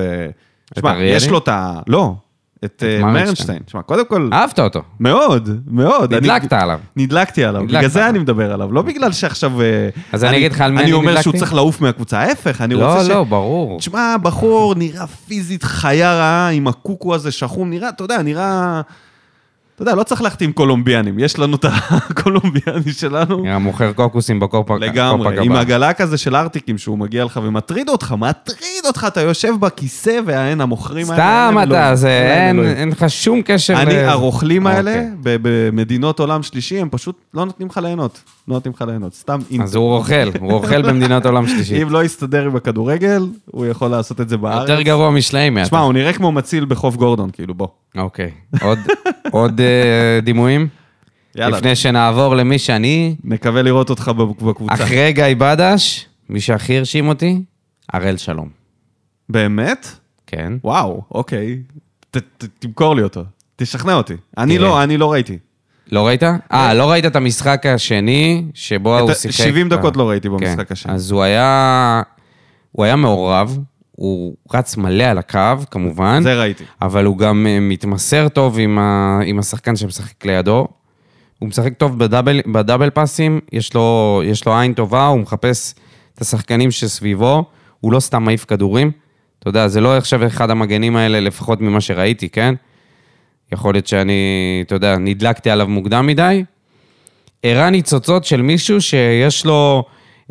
יש לו את ה... לא. את מרנשטיין. תשמע, קודם כל... אהבת אותו. מאוד, מאוד. נדלקת עליו. נדלקתי עליו. בגלל זה אני מדבר עליו. לא בגלל שעכשיו... אז אני אגיד לך על מי אני נדלקתי? אני אומר שהוא צריך לעוף מהקבוצה. ההפך, אני רוצה ש... לא, ברור. תשמע, בחור נראה פיזית חיה רעה, עם הקוקו הזה שחום, נראה, אתה יודע, נראה... אתה יודע, לא צריך להחתים קולומביאנים, יש לנו את הקולומביאני שלנו. מוכר קוקוסים בקורפק. לגמרי, עם הגלה כזה של ארטיקים שהוא מגיע לך ומטריד אותך, אתה יושב בכיסא והאין המוכרים האלה. סתם אתה, אין לך שום קשר. הרוכלים האלה במדינות עולם שלישי, הם פשוט לא נותנים לך ליהנות. לא נותנים לך ליהנות, סתם אינטר. אז הוא רוכל במדינות עולם שלישי. אם לא יסתדר עם הכדורגל, הוא יכול לעשות את זה בארץ. יותר גרוע משלעים. תשמע, הוא נראה כמו מציל בחוף גורדון, כאילו, בוא. אוקיי. עוד דימויים? יאללה. לפני שנעבור למי שאני... נקווה לראות אותך בקבוצה. אחרי גיא בדש, מי שהכי הרשים אותי, הראל שלום. באמת? כן. וואו, אוקיי. תמכור לי אותו. תשכנע אותי. אני לא ראיתי. לא ראית? לא ראית את המשחק השני, שבו הוא שיחק... 70 דקות לא ראיתי במשחק השני. אז הוא היה מעורב, הוא רץ מלא על הקו, כמובן. זה ראיתי. אבל הוא גם מתמסר טוב עם השחקן שמשחק לידו. הוא משחק טוב בדאבל פאסים, יש לו עין טובה, הוא מחפש את השחקנים שסביבו, הוא לא סתם מעיף כדורים. אתה יודע, זה לא עכשיו אחד המגנים האלה, לפחות ממה שראיתי, כן? יכול להיות שאני, אתה יודע, נדלקתי עליו מוקדם מדי. הראה ניצוצות של מישהו שיש לו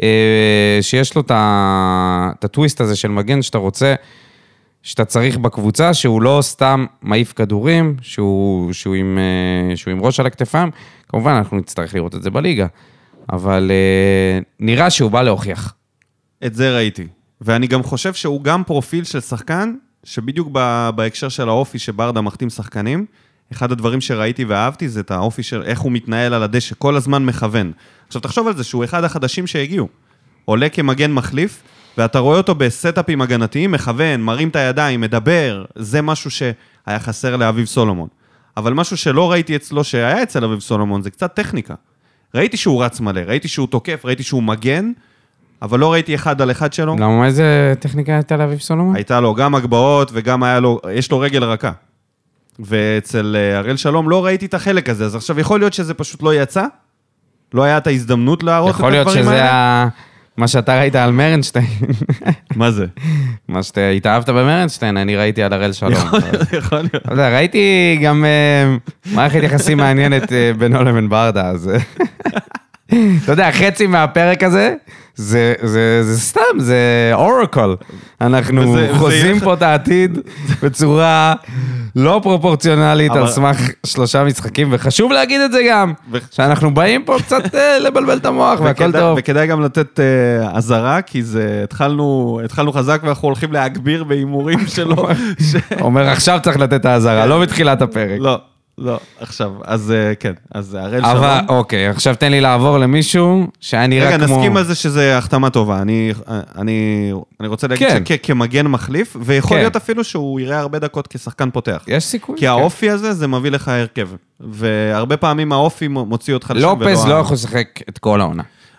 את הטוויסט הזה של מגן שאתה רוצה, שאתה צריך בקבוצה, שהוא לא סתם מעיף כדורים, שהוא עם ראש על הכתפיים. כמובן, אנחנו נצטרך לראות את זה בליגה. אבל נראה שהוא בא להוכיח. את זה ראיתי. ואני גם חושב שהוא גם פרופיל של שחקן, שבדיוק בהקשר של האופי שברדה מחתים שחקנים, אחד הדברים שראיתי ואהבתי זה את האופי של איך הוא מתנהל על הדשא, כל הזמן מכוון. עכשיו תחשוב על זה שהוא אחד החדשים שהגיעו. עולה כמגן מחליף, ואתה רואה אותו בסטאפים הגנתיים, מכוון, מרים את הידיים, מדבר, זה משהו שהיה חסר לאביב סולומון. אבל משהו שלא ראיתי אצלו שהיה אצל אביב סולומון, זה קצת טכניקה. ראיתי שהוא רץ מלא, ראיתי שהוא תוקף, ראיתי שהוא מגן, אבל לא ראיתי אחד על אחד שלו. למה איזה טכניקה הייתה לאביב סולומון? הייתה לו גם הגבהות וגם יש לו רגל רכה. ואצל הראל שלום לא ראיתי את החלק הזה, אז עכשיו יכול להיות שזה פשוט לא יצא, לא היה את ההזדמנות להראות את הדברים האלה. יכול להיות שזה מה שאתה ראית על מרנשטיין. מה זה? מה שאתה התאהבת במרנשטיין, אני ראיתי על הראל שלום. יכול להיות. ראיתי גם מערכת יחסים מעניינת בינו לבין ברדה, אז... אתה יודע, חצי מהפרק הזה, זה סתם, זה אורקל. אנחנו חוזים פה את העתיד בצורה לא פרופורציונלית על סמך 3 משחקים, וחשוב להגיד את זה גם, שאנחנו באים פה קצת לבלבל את המוח והכל טוב. וכדאי גם לתת עזרה, כי התחלנו חזק ואנחנו הולכים להגביר באימורים שלו. אומר, עכשיו צריך לתת את העזרה, לא בתחילת הפרק. לא, עכשיו, אז כן, אז הראל שלום. אבל, אוקיי, עכשיו תן לי לעבור למישהו שהיה נראה כמו... רגע, נסכים על זה שזה החתמה טובה. אני רוצה להגיד שכמגן מחליף, ויכול להיות אפילו שהוא יראה הרבה דקות כשחקן פותח. יש סיכוי. כי האופי הזה, זה מביא לך הרכב. והרבה פעמים האופי מוציא אותך לשם. לופז לא יכול לשחק את כל העונה.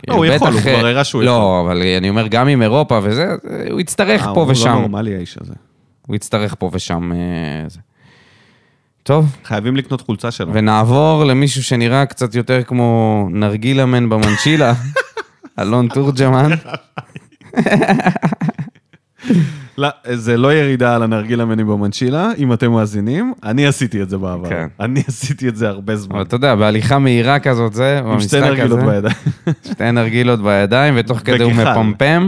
לא, הוא יכול, הוא כבר הראה שהוא יכול. לא, אבל אני אומר, גם עם אירופה וזה, הוא יצטרך פה ושם. הוא לא נורמלי האיש הזה. הוא יצטרך פה ושם. טוב. חייבים לקנות חולצה שלו. ונעבור למישהו שנראה קצת יותר כמו נרגילה-מן במנצ'ילה, אלון תורג'מן. לא, זה לא ירידה על הנרגילה-מנים במנצ'ילה, אם אתם מאזינים, אני עשיתי את זה בעבר. כן. אני עשיתי את זה הרבה זמן. אבל אתה יודע, בהליכה מהירה כזאת זה, עם שתי נרגילות בידיים. שתי נרגילות בידיים, ותוך כדי הוא מפמפם.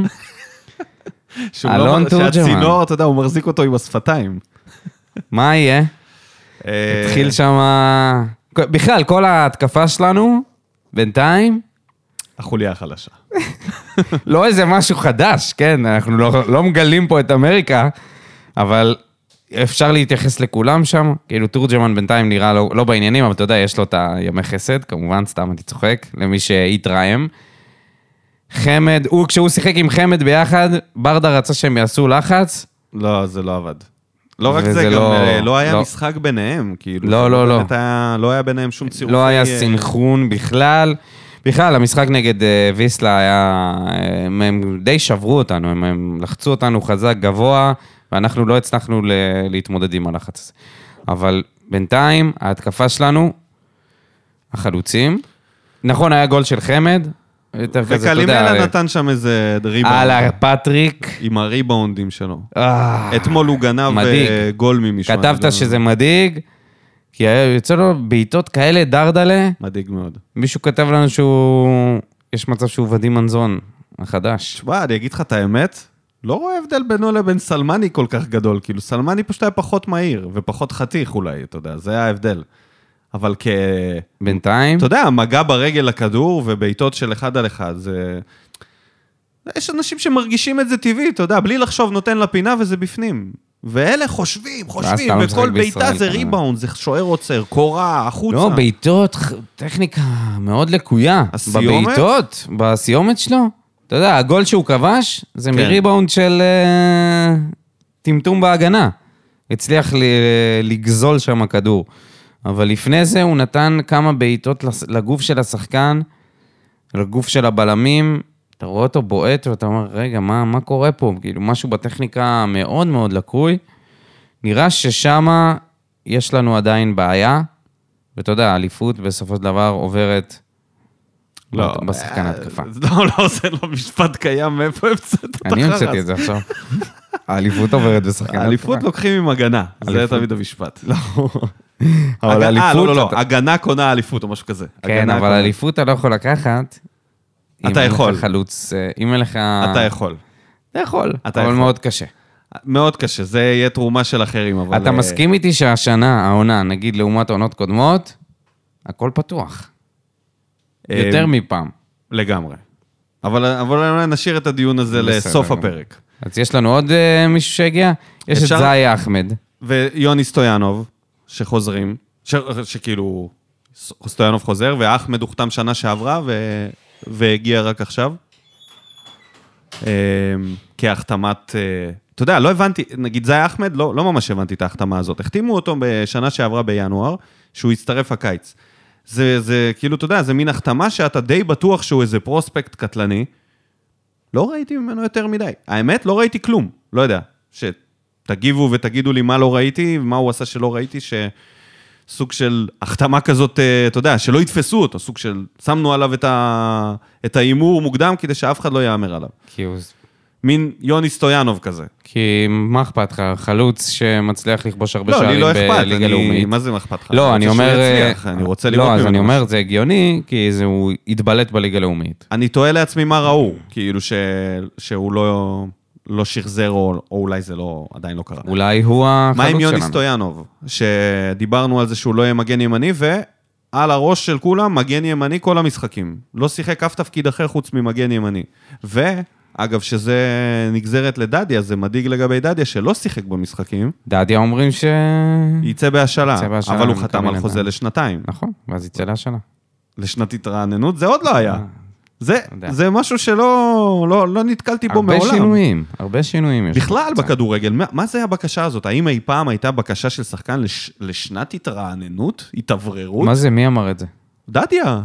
אלון תורג'מן. שהצינור, אתה יודע, הוא מחזיק אותו עם השפתיים. מה יהיה? התחיל שם... בכלל, כל ההתקפה שלנו, בינתיים... החוליה החלשה. לא איזה משהו חדש, כן? אנחנו לא מגלים פה את אמריקה, אבל אפשר להתייחס לכולם שם. כאילו, תורג'מן בינתיים נראה לא בעניינים, אבל אתה יודע, יש לו את הימי חסד, כמובן, סתם אני צוחק, למי שהתרעם. חמד, כשהוא שיחק עם חמד ביחד, ברדה רצה שהם יעשו לחץ. לא, זה לא עבד. לא רק זה, גם לא היה משחק ביניהם, כאילו. לא. לא היה ביניהם שום צירופי... לא היה סינכרון בכלל. בכלל, המשחק נגד ויסלה היה... הם די שברו אותנו, הם לחצו אותנו חזק גבוה, ואנחנו לא הצלחנו להתמודד עם הלחץ הזה. אבל בינתיים, ההתקפה שלנו, החלוצים, נכון, היה גול של חמד, וקלימלה נתן שם איזה ריבאונד. על הפטריק. עם הריבאונדים שלו. אתמול הוא גנב גול ממישהו. כתבת שזה מדאיג, כי יוצא לו בעיטות כאלה דרדלה. מדאיג מאוד. מישהו כתב לנו יש מצב שהוא ודים מנזון החדש. תשמע, אני אגיד לך את האמת, לא רואה הבדל בינו לבין סלמני כל כך גדול, כאילו סלמני פשוט היה פחות מהיר, ופחות חתיך אולי, אתה יודע, זה היה ההבדל. אבל בינתיים? אתה יודע, מגע ברגל לכדור ובעיטות של 1 על 1, זה... יש אנשים שמרגישים את זה טבעי, אתה יודע, בלי לחשוב נותן לפינה וזה בפנים. ואלה חושבים, וכל בעיטה זה ריבאונד, זה שוער עוצר, קורה, החוצה. לא, בעיטות, טכניקה מאוד לקויה. הסיומת? בבעיטות, בסיומת שלו. אתה יודע, הגול שהוא כבש, זה מריבאונד של טמטום בהגנה. הצליח לגזול שם הכדור. אבל לפני זה הוא נתן כמה בעיטות לגוף של השחקן, לגוף של הבלמים, אתה רואה אותו בועט ואתה אומר, רגע, מה קורה פה? כאילו, משהו בטכניקה מאוד מאוד לקוי. נראה ששם יש לנו עדיין בעיה, ואתה יודע, האליפות בסופו של דבר עוברת בשחקן התקפה. לא, זה לא משפט קיים, מאיפה המצאת את החרס? אני המצאתי את זה עכשיו. האליפות עוברת בשחקן התקפה. האליפות לוקחים עם הגנה, זה תמיד המשפט. לא. אבל האליפות... לא, הגנה קונה האליפות או משהו כזה. כן, אבל האליפות אתה לא יכול לקחת. אתה יכול. אם אין לך חלוץ, אם אין לך... אתה יכול. אתה יכול, אבל מאוד קשה. מאוד קשה, זה יהיה תרומה של אחרים, אבל... אתה מסכים איתי שהשנה, העונה, נגיד לעומת עונות קודמות, הכל פתוח. יותר מפעם. לגמרי. אבל נשאיר את הדיון הזה לסוף הפרק. אז יש לנו עוד מישהו שהגיע? יש את זאי אחמד. ויוני סטויאנוב, שחוזרים, שכאילו סטויאנוב חוזר, ואחמד הוחתם שנה שעברה, והגיע רק עכשיו. כהחתמת... אתה יודע, לא הבנתי, נגיד זאי אחמד, לא ממש הבנתי את ההחתמה הזאת. החתימו אותו בשנה שעברה בינואר, שהוא יצטרף הקיץ. זה כאילו, אתה יודע, זה מין החתמה שאתה די בטוח שהוא איזה פרוספקט קטלני. לא ראיתי ממנו יותר מדי. האמת, לא ראיתי כלום. לא יודע. שתגיבו ותגידו לי מה לא ראיתי, ומה הוא עשה שלא ראיתי, שסוג של החתמה כזאת, אתה יודע, שלא יתפסו אותו, סוג של, שמנו עליו את האימור מוקדם, כדי שאף אחד לא יאמר עליו. כי הוא... מין יוני סטויאנוב כזה. כי מה אכפת לך? חלוץ שמצליח לכבוש הרבה שערים בליגה לאומית. מה זה מה אכפת לך? לא, אני אומר... אני רוצה לראות... לא, אז אני אומר, זה הגיוני, כי הוא יתבלט בליגה לאומית. אני תוהה לעצמי מה ראו, כאילו שהוא לא שחזר, או אולי זה עדיין לא קרה. אולי הוא החלוץ שלנו. מה עם יוני סטויאנוב? שדיברנו על זה שהוא לא יהיה מגן ימני, ועל הראש של כולם, מגן ימני כל המשחקים. לא שיחק אף תפקיד אחר חוץ ממגן ימני. אגב, שזה נגזרת לדדיה, זה מדאיג לגבי דדיה, שלא שיחק במשחקים. דדיה אומרים יצא בהשאלה, אבל הוא חתם על חוזה לשנתיים. נכון, ואז יצא להשאלה. לשנת התרעננות, זה עוד לא היה. זה משהו שלא נתקלתי בו מעולם. הרבה שינויים. בכלל בכדורגל, מה זה הבקשה הזאת? האם אי פעם הייתה בקשה של שחקן לשנת התרעננות? התאווררות? מה זה? מי אמר את זה? דדיה.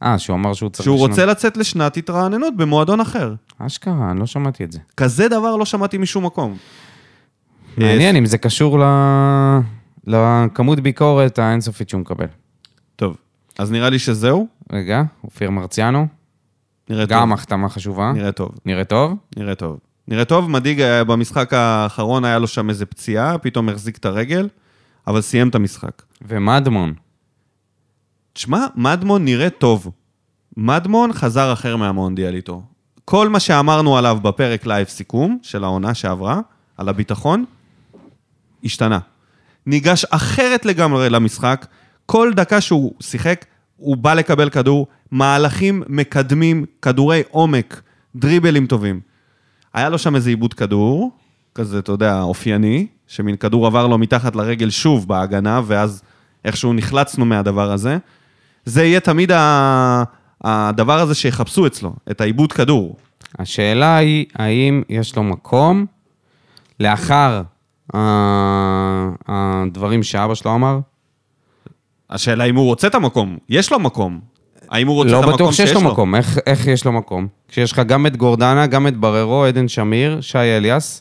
שהוא אמר שהוא צריך... שהוא רוצה לצאת לשנת התרעננות במועדון אחר. אשכרה, אני לא שמעתי את זה. כזה דבר לא שמעתי משום מקום. מעניין אם זה קשור לכמות ביקורת האינסופית שהוא מקבל. טוב, אז נראה לי שזהו. רגע, אופיר מרציאנו. נראה טוב. גם החתמה חשובה. נראה טוב. נראה טוב? נראה טוב. נראה טוב, מדאיג במשחק האחרון היה לו שם איזה פציעה, פתאום החזיק את הרגל, אבל סיים את המשחק. ומדמון. תשמע, מדמון נראה טוב. מדמון חזר אחר מהמונדיאל איתו. כל מה שאמרנו עליו בפרק לייב סיכום של העונה שעברה, על הביטחון, השתנה. ניגש אחרת לגמרי למשחק, כל דקה שהוא שיחק, הוא בא לקבל כדור, מהלכים מקדמים, כדורי עומק, דריבלים טובים. היה לו שם איזה עיבוד כדור, כזה, אתה יודע, אופייני, שמין כדור עבר לו מתחת לרגל שוב בהגנה, ואז איכשהו נחלצנו מהדבר הזה. זה יהיה תמיד הדבר הזה שיחפשו אצלו, את העיבוד כדור. השאלה היא, האם יש לו מקום לאחר הדברים שאבא שלו אמר? השאלה אם הוא רוצה את המקום. יש לו מקום. האם הוא רוצה את לא המקום בטוח שיש שיש לו מקום. איך יש לו מקום? כשיש לך גם את גורדנה, גם את בררו, עדן שמיר, שי אליאס?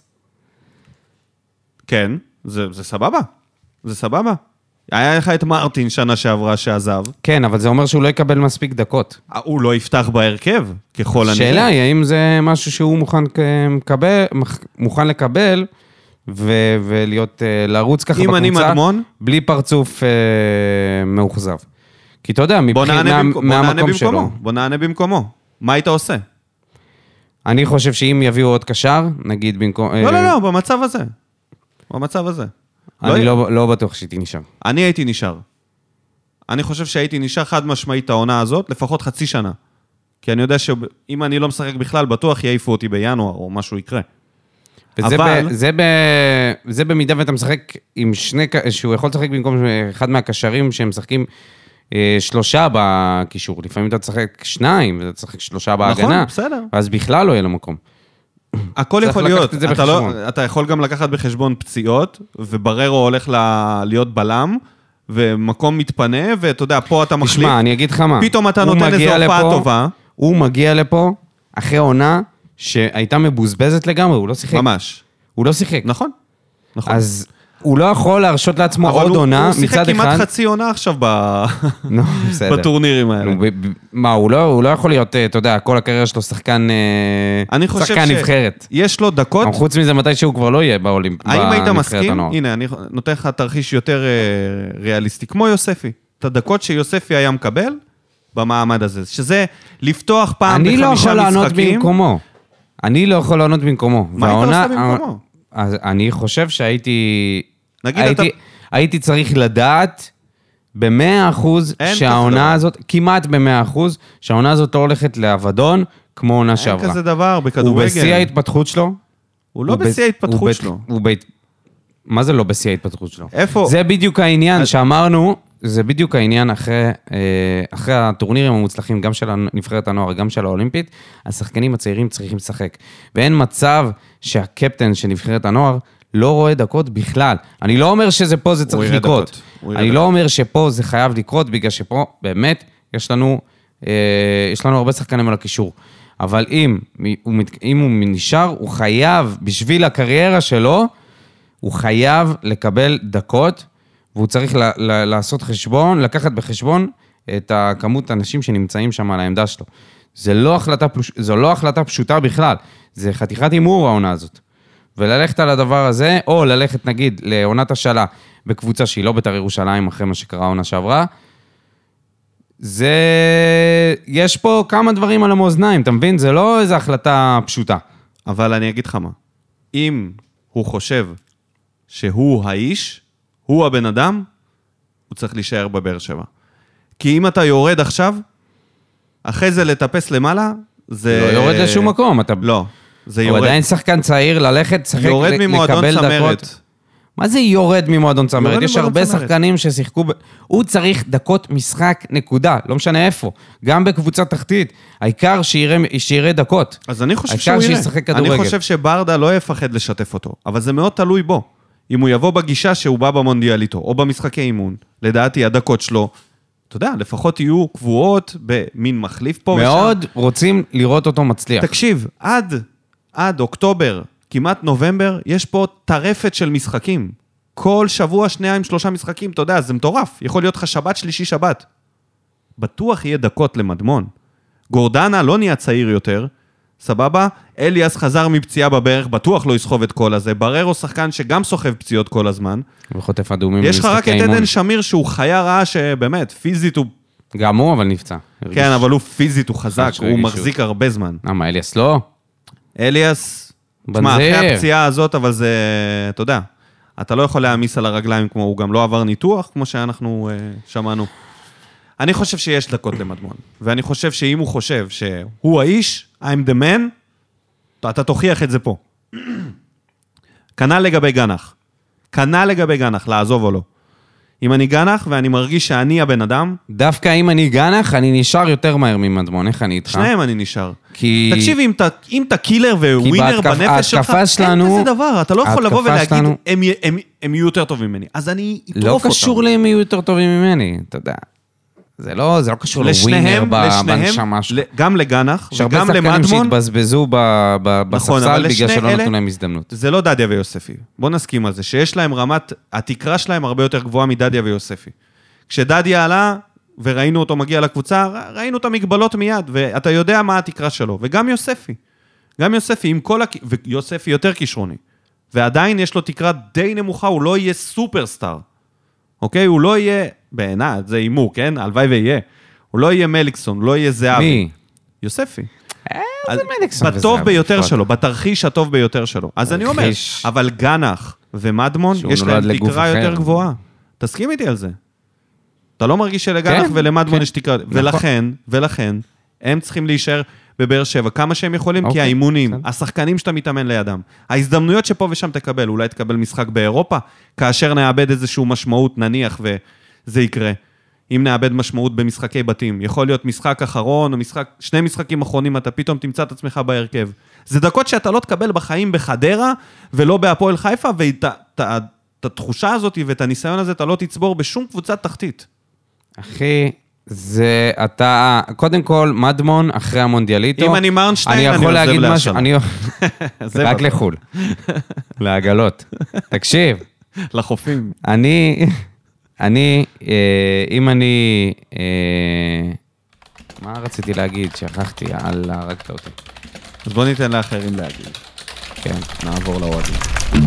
כן, זה סבבה. זה סבבה. היה לך את מרטין שנה שעברה שעזב. כן, אבל זה אומר שהוא לא יקבל מספיק דקות. הוא לא יפתח בהרכב, ככל הנראה. השאלה היא, האם זה משהו שהוא מוכן לקבל, ולהיות, לרוץ ככה בקבוצה, בלי פרצוף מאוכזב. כי אתה יודע, מהמקום שלו. בוא נענה במקומו. מה היית עושה? אני חושב שאם יביאו עוד קשר, נגיד במקום... לא, במצב הזה. במצב הזה. אני לא בטוח שהייתי נשאר. אני הייתי נשאר. אני חושב שהייתי נשאר חד משמעית העונה הזאת, לפחות חצי שנה. כי אני יודע שאם אני לא משחק בכלל, בטוח יעיפו אותי בינואר, או משהו יקרה. זה במידה ואתה משחק עם שני... שהוא יכול לשחק במקום אחד מהקשרים שהם משחקים 3 בקישור. לפעמים אתה תשחק 2, ואתה תשחק 3 בהגנה. נכון, בסדר. ואז בכלל לא יהיה לו מקום. הכל יכול להיות, אתה יכול גם לקחת בחשבון פציעות, ובררו הולך להיות בלם, ומקום מתפנה, ואתה יודע, פה אתה מחליף. תשמע, אני אגיד לך מה. פתאום אתה נותן איזו הופעה טובה. הוא מגיע לפה, אחרי עונה, שהייתה מבוזבזת לגמרי, הוא לא שיחק. ממש. הוא לא שיחק. נכון. אז הוא לא יכול להרשות לעצמו עוד עונה, מצד אחד. הוא שיחק כמעט חצי עונה עכשיו בטורנירים האלה. מה, הוא לא יכול להיות, אתה יודע, כל הקריירה שלו שחקן נבחרת. יש לו דקות... חוץ מזה, מתי שהוא כבר לא יהיה בנבחרת הנוער. האם היית מסכים? הנה, אני נותן לך תרחיש יותר ריאליסטי, כמו יוספי. את הדקות שיוספי היה מקבל במעמד הזה, שזה לפתוח פעם ב5 משחקים. אני לא יכול לענות במקומו. מה היית עושה במקומו? אז אני חושב הייתי צריך לדעת ב100% שהעונה הזאת, כמעט ב100%, שהעונה הזאת לא הולכת לאבדון כמו עונה שעברה. אין כזה דבר בכדורגל. הוא בשיא ההתפתחות שלו. הוא לא בשיא ההתפתחות שלו. מה זה לא בשיא ההתפתחות שלו? איפה? זה בדיוק העניין שאמרנו, זה בדיוק העניין אחרי הטורנירים המוצלחים, גם של נבחרת הנוער, גם של האולימפית, השחקנים הצעירים צריכים לשחק. ואין מצב שהקפטן של נבחרת הנוער לא רואה דקות בכלל. אני לא אומר שזה פה זה צריך לקרות. אני לא אומר שפה זה חייב לקרות, בגלל שפה באמת יש לנו הרבה שחקנים על הקישור. אבל אם הוא נשאר, הוא חייב, בשביל הקריירה שלו, הוא חייב לקבל דקות, והוא צריך לקחת בחשבון את הכמות האנשים שנמצאים שם על העמדה שלו. זו לא החלטה פשוטה בכלל, זה חתיכת אימור העונה הזאת. וללכת על הדבר הזה, או ללכת נגיד לעונת השאלה בקבוצה שהיא לא בית"ר ירושלים אחרי מה שקרה העונה שעברה, יש פה כמה דברים על המאזניים, אתה מבין? זה לא איזו החלטה פשוטה. אבל אני אגיד לך מה, אם הוא חושב שהוא האיש, הוא הבן אדם, הוא צריך להישאר בבאר שבע. כי אם אתה יורד עכשיו, אחרי זה לטפס למעלה, זה... לא יורד לשום מקום. לא, זה יורד. הוא עדיין שחקן צעיר, ללכת, שחק, יורד ממועדון צמרת. מה זה יורד ממועדון צמרת? יש הרבה שחקנים ששיחקו... הוא צריך דקות משחק נקודה, לא משנה איפה. גם בקבוצה תחתית. העיקר שיראה דקות. אז אני חושב שהוא יראה. אני חושב שברדה לא יפחד לשתף אותו, אבל זה מאוד תלוי בו. אם הוא יבוא בגישה שהוא בא במונדיאל איתו, או במשחקי אימון, לדעתי הדקות שלו, אתה יודע, לפחות יהיו קבועות במין מחליף פה ושם. מאוד רוצים לראות אותו מצליח. תקשיב, עד אוקטובר, כמעט נובמבר, יש פה טרפת של משחקים. כל שבוע 2-3 משחקים, אתה יודע, זה מטורף. יכול להיות לך שבת, שלישי, שבת. בטוח יהיה דקות למדמון. גורדנה לא נהיה צעיר יותר, סבבה? אליאס חזר מפציעה בברך, בטוח לא יסחוב את כל הזה. בררו שחקן שגם סוחב פציעות כל הזמן. וחוטף אדומים. יש לך רק את עדן שמיר שהוא חיה רעה שבאמת, פיזית הוא... גם הוא, אבל נפצע. כן, אבל הוא פיזית, הוא חזק, הוא מחזיק הרבה זמן. למה, אליאס לא? אליאס, תשמע, אחרי הפציעה הזאת, אבל זה, אתה יודע, אתה לא יכול להעמיס על הרגליים כמו, הוא גם לא עבר ניתוח, כמו שאנחנו שמענו. אני חושב שיש דקות למדמון, ואני חושב שאם הוא חושב שהוא האיש, I'm the man, אתה תוכיח את זה פה. כנ"ל לגבי גנח, לעזוב או לא. אם אני גנח ואני מרגיש שאני הבן אדם... דווקא אם אני גנח, אני נשאר יותר מהר ממדמון, איך אני איתך? שניהם אני נשאר. כי... תקשיב, אם אתה קילר וווינר בנפש שלך, אין כזה דבר, אתה לא יכול לבוא ולהגיד, הם יהיו יותר טובים ממני. אז אני אטרוף אותם. לא קשור לי אם יהיו יותר טובים ממני, אתה יודע. זה לא קשור לווינר בנשמה שלך. גם לגנח וגם למדמון. יש הרבה שחקנים שהתבזבזו בספסל בגלל שלא נתנו להם הזדמנות. זה לא דדיה ויוספי. בוא נסכים על זה, שיש להם רמת, התקרה שלהם הרבה יותר גבוהה מדדיה ויוספי. כשדדיה עלה וראינו אותו מגיע לקבוצה, ראינו את המגבלות מיד, ואתה יודע מה התקרה שלו. וגם יוספי. ויוספי יותר כישרוני. ועדיין יש לו תקרה די נמוכה, הוא לא יהיה סופרסטאר. אוקיי? הוא לא יהיה, בעיניי, זה אימו, כן? הלוואי ויהיה. הוא לא יהיה מליקסון, לא יהיה זהבי. מי? יוספי. זה מליקסון וזהבי. בטוב ביותר שלו, בתרחיש הטוב ביותר שלו. אז אני אומר, אבל גנח ומדמון, יש להם תקרה יותר גבוהה. תסכים איתי על זה. אתה לא מרגיש שלגנח ולמדמון יש תקרה. ולכן, הם צריכים להישאר בבאר שבע, כמה שהם יכולים, כי האימונים, השחקנים שאתה מתאמן לידם, ההזדמנויות שפה ושם תקבל, אולי תקבל משחק באירופה, כאשר נאבד איזשהו משמעות, נניח, וזה יקרה. אם נאבד משמעות במשחקי בתים, יכול להיות משחק אחרון, או שני משחקים אחרונים, אתה פתאום תמצא את עצמך בהרכב. זה דקות שאתה לא תקבל בחיים בחדרה, ולא בהפועל חיפה, ואת התחושה הזאת ואת הניסיון הזה, אתה לא תצבור בשום קבוצת תחתית. אחי, זה אתה, קודם כל, מדמון אחרי המונדיאליטו. אם אני מרנשטיין, אני יכול להגיד משהו, רק לחול. לעגלות. תקשיב. לחופים. אם אני, מה רציתי להגיד? שכחתי, הרגת אותי. אז בוא ניתן לאחרים להגיד. כן. נעבור לאוהדים.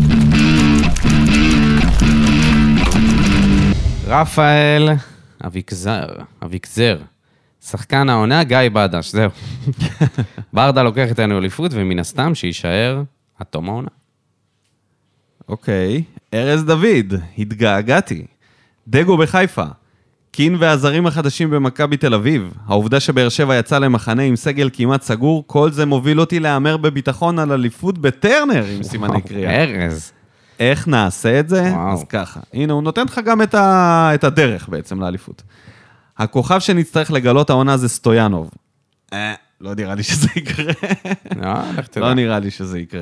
רפאל אביקזר, שחקן העונה, גיא בדש, זהו. ברדה לוקח איתנו אליפות, ומן הסתם שישאר עד תום העונה. אוקיי, ארז דוד, התגעגעתי. דגו בחיפה, קין והזרים החדשים במכבי תל אביב, העובדה שבאר שבע יצא למחנה עם סגל כמעט סגור, כל זה מוביל אותי לאמר בביטחון על אליפות בטרנר, עם סימני קריאה. ארז. איך נעשה את זה? אז ככה. הנה, הוא נותן לך גם את הדרך בעצם לאליפות. הכוכב שנצטרך לגלות העונה זה סטויאנוב. לא נראה לי שזה יקרה. לא נראה לי שזה יקרה.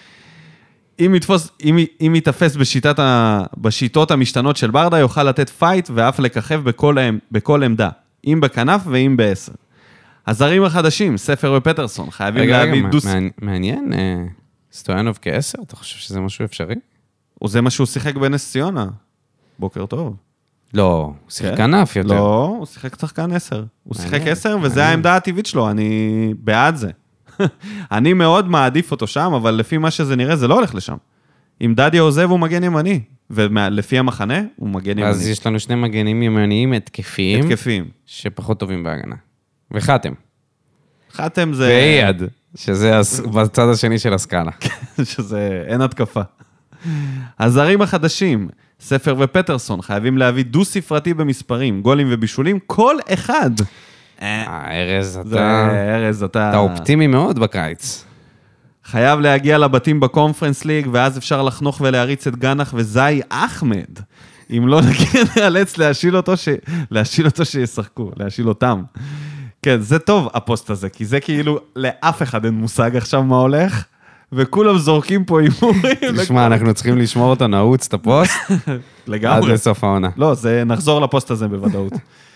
אם יתפס בשיטות המשתנות של ברדה, יוכל לתת פייט ואף לככב בכל עמדה. אם בכנף ואם ב10. הזרים החדשים, ספר ופטרסון, חייבים להביא דוס... מעניין, סטויאנוב כ10, אתה חושב שזה משהו אפשרי? וזה מה שהוא שיחק בנס ציונה. בוקר טוב. לא, הוא שיחק כנף יותר. לא, הוא שיחק שחקן 10. הוא שיחק 10 וזה העמדה הטבעית שלו, אני בעד זה. אני מאוד מעדיף אותו שם, אבל לפי מה שזה נראה, זה לא הולך לשם. אם דדיה עוזב, הוא מגן ימני. ולפי המחנה, הוא מגן ימני. אז יש לנו שני מגנים ימניים התקפיים. התקפיים. שפחות טובים בהגנה. וחתם. חתם זה... ואייד, שזה בצד השני של הסקאלה. שזה אין התקפה. הזרים החדשים, ספר ופטרסון, חייבים להביא דו-ספרתי במספרים, גולים ובישולים, כל אחד. ארז, אתה אופטימי מאוד בקיץ. חייב להגיע לבתים בקונפרנס ליג, ואז אפשר לחנוך ולהריץ את גנח וזאי אחמד. אם לא נאלץ להשיל אותו שישחקו, להשיל אותם. כן, זה טוב הפוסט הזה, כי זה כאילו לאף אחד אין מושג עכשיו מה הולך, וכולם זורקים פה אימורים. תשמע, אנחנו צריכים לשמור אותו נעוץ את הפוסט. לגמרי. עד לסוף העונה. לא, נחזור לפוסט הזה בוודאות.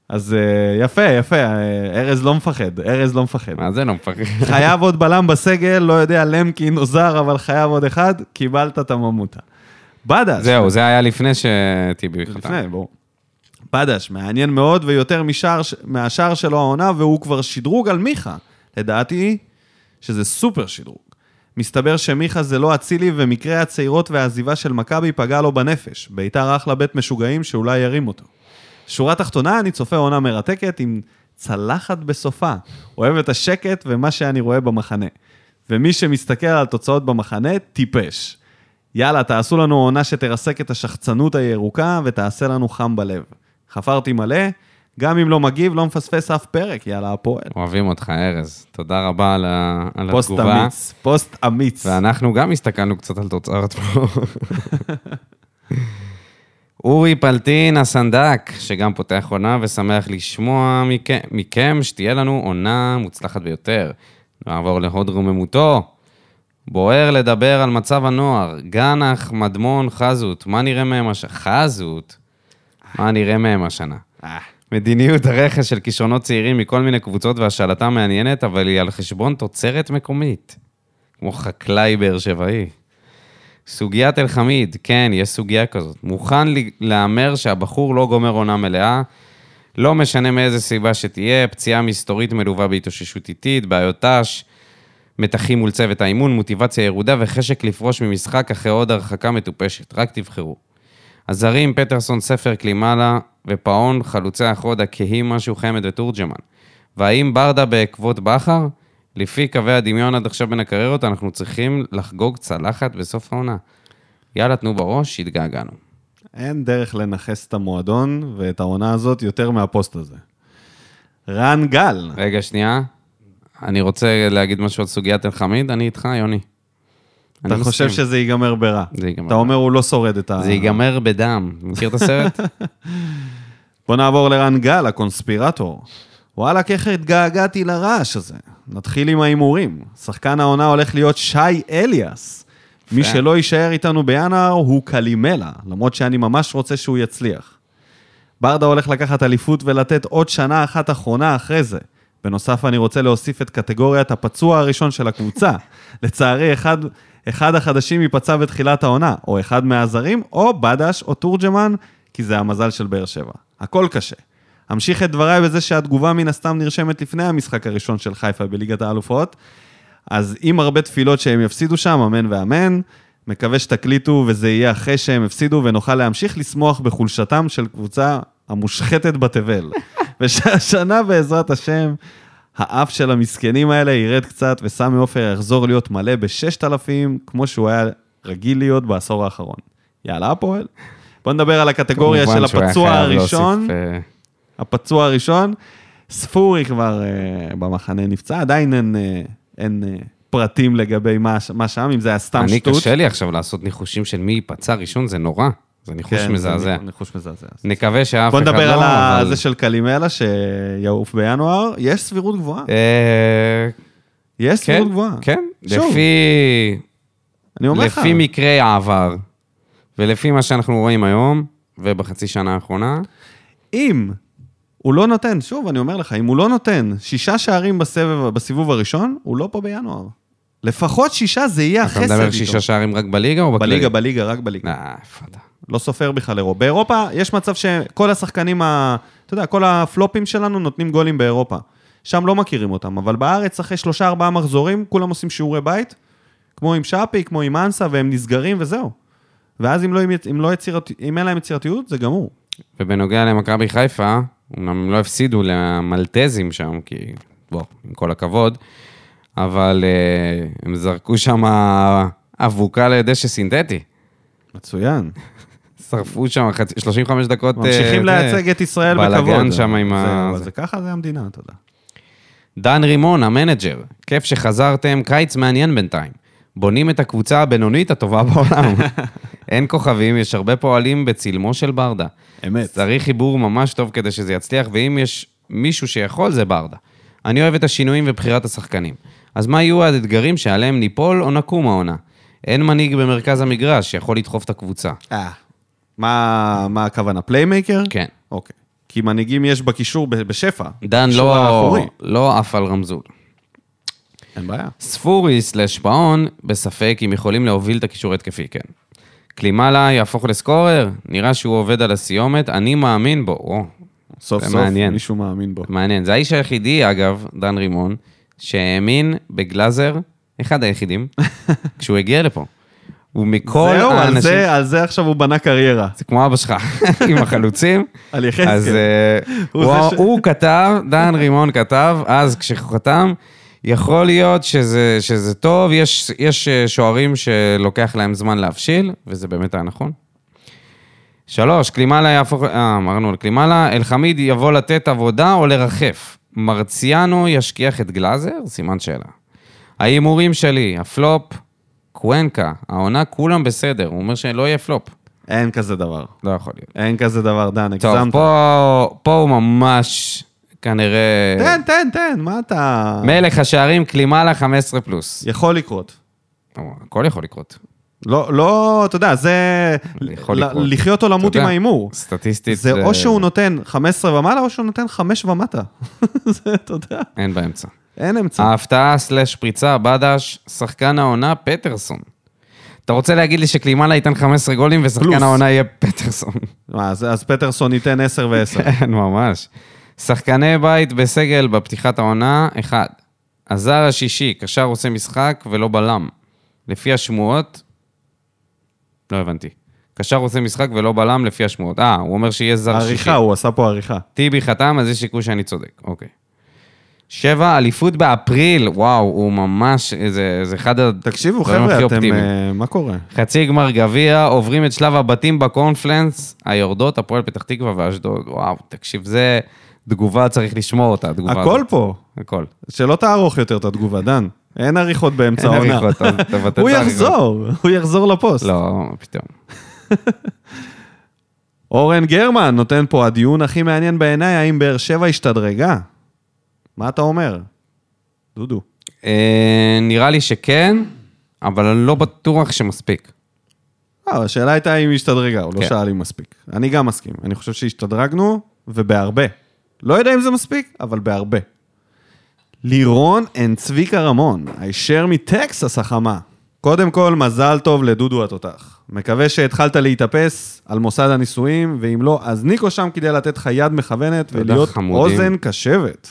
אז יפה, ארז לא מפחד, מה זה לא מפחד? חייב עוד בלם בסגל, לא יודע, למקין או זר, אבל חייב עוד אחד, קיבלת את הממותה. בדש. זהו, זה היה לפני שטיבי חתם. לפני, בואו. בדש, מעניין מאוד ויותר מהשאר שלו העונה, והוא כבר שדרוג על מיכה. לדעתי שזה סופר שדרוג. מסתבר שמיכה זה לא אצילי, ומקרה הצעירות והעזיבה של מכבי פגע לו בנפש. ביתר אחלה בית משוגעים שאולי ירים אותו. שורה תחתונה, אני צופה עונה מרתקת עם צלחת בסופה. אוהב את השקט ומה שאני רואה במחנה. ומי שמסתכל על תוצאות במחנה, טיפש. יאללה, תעשו לנו עונה שתרסק את השחצנות הירוקה, ותעשה לנו חם בלב. חפרתי מלא, גם אם לא מגיב, לא מפספס אף פרק, יאללה, הפועל. אוהבים אותך, ארז. תודה רבה על התגובה. פוסט אמיץ. ואנחנו גם הסתכלנו קצת על תוצאות פה. אורי פלטין, הסנדק, שגם פותח עונה, ושמח לשמוע מכם שתהיה לנו עונה מוצלחת ביותר. נעבור להוד רוממותו. בוער לדבר על מצב הנוער. גנח, מדמון, חזות. מה נראה מהם השנה? חזות. מה נראה מהם השנה? מדיניות הרכש של כישרונות צעירים מכל מיני קבוצות והשאלתה מעניינת, אבל היא על חשבון תוצרת מקומית. כמו חקלאי באר שבעי. סוגיית אל-חמיד, כן, יש סוגיה כזאת. מוכן לאמר שהבחור לא גומר עונה מלאה, לא משנה מאיזה סיבה שתהיה, פציעה מסתורית מלווה בהתאוששות איטית, בעיותש, מתחים מול צוות האימון, מוטיבציה ירודה וחשק לפרוש ממשחק אחרי עוד הרחקה מטופשת. רק תבחרו. הזרים, פטרסון, ספר, קלימלה ופאון, חלוצי החוד, הכהים משהו חמד ותורג'מן. והאם ברדה בעקבות בחר? לפי קווי הדמיון עד עכשיו בין הקריירות, אנחנו צריכים לחגוג צלחת בסוף העונה. יאללה, תנו בראש, התגעגענו. אין דרך לנחס את המועדון ואת העונה הזאת יותר מהפוסט הזה. רן גל. רגע, שנייה. אני רוצה להגיד משהו על סוגיית אל-חמיד, אני איתך, יוני. אתה חושב שזה ייגמר ברע. אתה אומר הוא לא שורד את ה... זה ייגמר בדם. מכיר את הסרט? בוא נעבור לרן גל, הקונספירטור. וואלה, ככה התגעגעתי לרעש הזה. נתחיל עם האימורים. שחקן העונה הולך להיות שי אליאס. מי שלא יישאר איתנו בינואר הוא קלימלה, למרות שאני ממש רוצה שהוא יצליח. ברדה הולך לקחת אליפות ולתת עוד שנה אחת אחרונה אחרי זה. בנוסף, אני רוצה להוסיף את קטגוריית הפצוע הראשון של הקבוצה. לצערי, אחד החדשים ייפצע בתחילת העונה, או אחד מהזרים, או בדש, או תורג'מן, כי זה המזל של באר שבע. הכל קשה. אמשיך את דבריי בזה שהתגובה מן הסתם נרשמת לפני המשחק הראשון של חיפה בליגת האלופות, אז עם הרבה תפילות שהם יפסידו שם, אמן ואמן, מקווה שתקליטו וזה יהיה אחרי שהם הפסידו, ונוכל להמשיך לשמוח בחולשתם של קבוצה המושחתת בתבל. ושהשנה בעזרת השם, האף של המסכנים האלה ירד קצת, וסמי עופר יחזור להיות מלא ב-6,000, כמו שהוא היה רגיל להיות בעשור האחרון. יאללה, הפועל. בוא נדבר על הקטגוריה של הפצוע הראשון. הפצוע הראשון, ספורי כבר במחנה נפצע, עדיין אין פרטים לגבי מה שם, אם זה היה סתם שטות. אני קשה לי עכשיו לעשות ניחושים של מי פצע ראשון, זה נורא. זה ניחוש מזעזע. כן, ניחוש מזעזע. נקווה שאף אחד לא... בוא נדבר על זה של קלימלה, שיעוף בינואר. יש סבירות גבוהה. יש סבירות גבוהה. כן, לפי מקרה העבר, ולפי מה שאנחנו רואים היום, ובחצי שנה האחרונה, אם הוא לא נותן, שוב, אני אומר לך, אם הוא לא נותן 6 שערים בסיבוב הראשון, הוא לא פה בינואר. לפחות 6 זה יהיה החסד איתו. אתה מדבר 6 שערים רק בליגה או בכללי? בליגה, רק בליגה. איפה אתה? לא סופר בכלל אירופה. באירופה יש מצב שכל השחקנים, אתה יודע, כל הפלופים שלנו נותנים גולים באירופה. שם לא מכירים אותם, אבל בארץ אחרי 3-4 מחזורים, כולם עושים שיעורי בית, כמו עם שפי, כמו עם אנסה, והם נסגרים וזהו. ואז אם אין להם יצירתיות, זה גמור. ובנוגע למכבי חיפה, הם לא הפסידו למלטזים שם, כי בוא, עם כל הכבוד, אבל הם זרקו שם אבוקה לדשא סינתטי. מצוין. שרפו שם 35 דקות. ממשיכים להציג את ישראל בכבוד. בלגן שם עם זה ככה, זה המדינה, תודה. דן רימון, המנג'ר. כיף שחזרתם, קיץ מעניין בינתיים. בונים את הקבוצה הבינונית הטובה בעולם. אין כוכבים, יש הרבה פועלים בצילמו של ברדה. אמת. צריך חיבור ממש טוב כדי שזה יצליח, ואם יש מישהו שיכול, זה ברדה. אני אוהב את השינויים ובחירת השחקנים. אז מה יהיו האתגרים שעליהם ניפול או נקום העונה? אין מנהיג במרכז המגרש שיכול לדחוף את הקבוצה. מה הכוונה? פליימייקר? כן. אוקיי. כי מנהיגים יש בקישור בשפע. דן בקישור האחורי. לא עף על רמזול. אין בעיה. ספורי/פאון, בספק אם יכולים להוביל את הקישור התקפי, כן. קלימלה יהפוך לסקורר, נראה שהוא עובד על הסיומת, אני מאמין בו. סוף סוף מעניין. מישהו מאמין בו. מעניין, זה האיש היחידי, אגב, דן רימון, שהאמין בגלאזר, אחד היחידים, כשהוא הגיע לפה. ומכל זהו, האנשים... על זה עכשיו הוא בנה קריירה. זה כמו אבא שלך, עם החלוצים. על יחזקאל. אז הוא כתב, דן רימון כתב, אז כשחתם, יכול להיות שזה טוב, יש שוערים שלוקח להם זמן להבשיל, וזה באמת היה נכון. 3, קלימלה יהפוך, אמרנו לקלימלה, אלחמיד יבוא לתת עבודה או לרחף. מרציאנו ישכיח את גלאזר? סימן שאלה. ההימורים שלי, הפלופ, קוונקה, העונה כולם בסדר, הוא אומר שלא יהיה פלופ. אין כזה דבר. לא יכול להיות. אין כזה דבר, דן, הגזמת. טוב, פה הוא ממש כנראה... תן, מה אתה... מלך השערים, קלימלה 15 פלוס. יכול לקרות. הכל יכול לקרות. לא, אתה יודע, זה... לחיות או למות עם האימור. סטטיסטית זה או שהוא נותן 15 ומעלה, או שהוא נותן 5 ומטה. זה, אתה יודע. אין באמצע. אין אמצע. ההפתעה/פריצה, בדש, שחקן העונה, פטרסון. אתה רוצה להגיד לי שקלימלה ייתן 15 גולים, ושחקן העונה יהיה פטרסון. אז פטרסון ייתן 10 ו-10. כן, ממש. שחקני בית בסגל בפתיחת העונה, 1. הזר השישי, קשר עושה משחק ולא בלם. לפי השמועות, לא הבנתי. קשר עושה משחק ולא בלם לפי השמועות. הוא אומר שיהיה זר שישי. עריכה, הוא עשה פה עריכה. טיבי חתם, אז יש שיקוי שאני צודק. אוקיי. 7, אליפות באפריל. וואו, הוא ממש, זה אחד תקשיבו, חבר'ה, אתם, מה קורה? חצי גמר גביע, עוברים את שלב הבתים בקונפלנס, היורדות, הפועל פתח תקווה ואשדוד. וואו, תקשיב, זה תגובה, צריך לשמור אותה, התגובה. הכל פה. הכל. שלא תערוך יותר את התגובה, דן. אין עריכות באמצע העונה. אין עריכות, אז תבטא הוא יחזור לפוסט. לא, פתאום. אורן גרמן נותן פה, הדיון הכי מעניין בעיניי, האם באר שבע השתדרגה? מה אתה אומר? דודו. נראה לי שכן, אבל אני לא בטוח שמספיק. השאלה הייתה אם השתדרגה, הוא לא שאל אם מספיק. אני גם מסכים. אני חושב שהשתדרגנו, ובהרבה. לא יודע אם זה מספיק, אבל בהרבה. לירון צביקה רמון, הישר מטקסס החמה. קודם כל, מזל טוב לדודו התותח. מקווה שהתחלת להתאפס על מוסד הניסויים, ואם לא, אז ניקו שם כדי לתת לך יד מכוונת, ולהיות אוזן קשבת.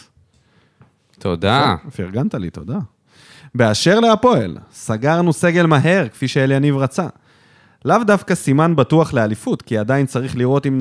תודה. פרגנת לי, תודה. באשר להפועל, סגרנו סגל מהר, כפי שאליניב רצה. לאו דווקא סימן בטוח לאליפות, כי עדיין צריך לראות אם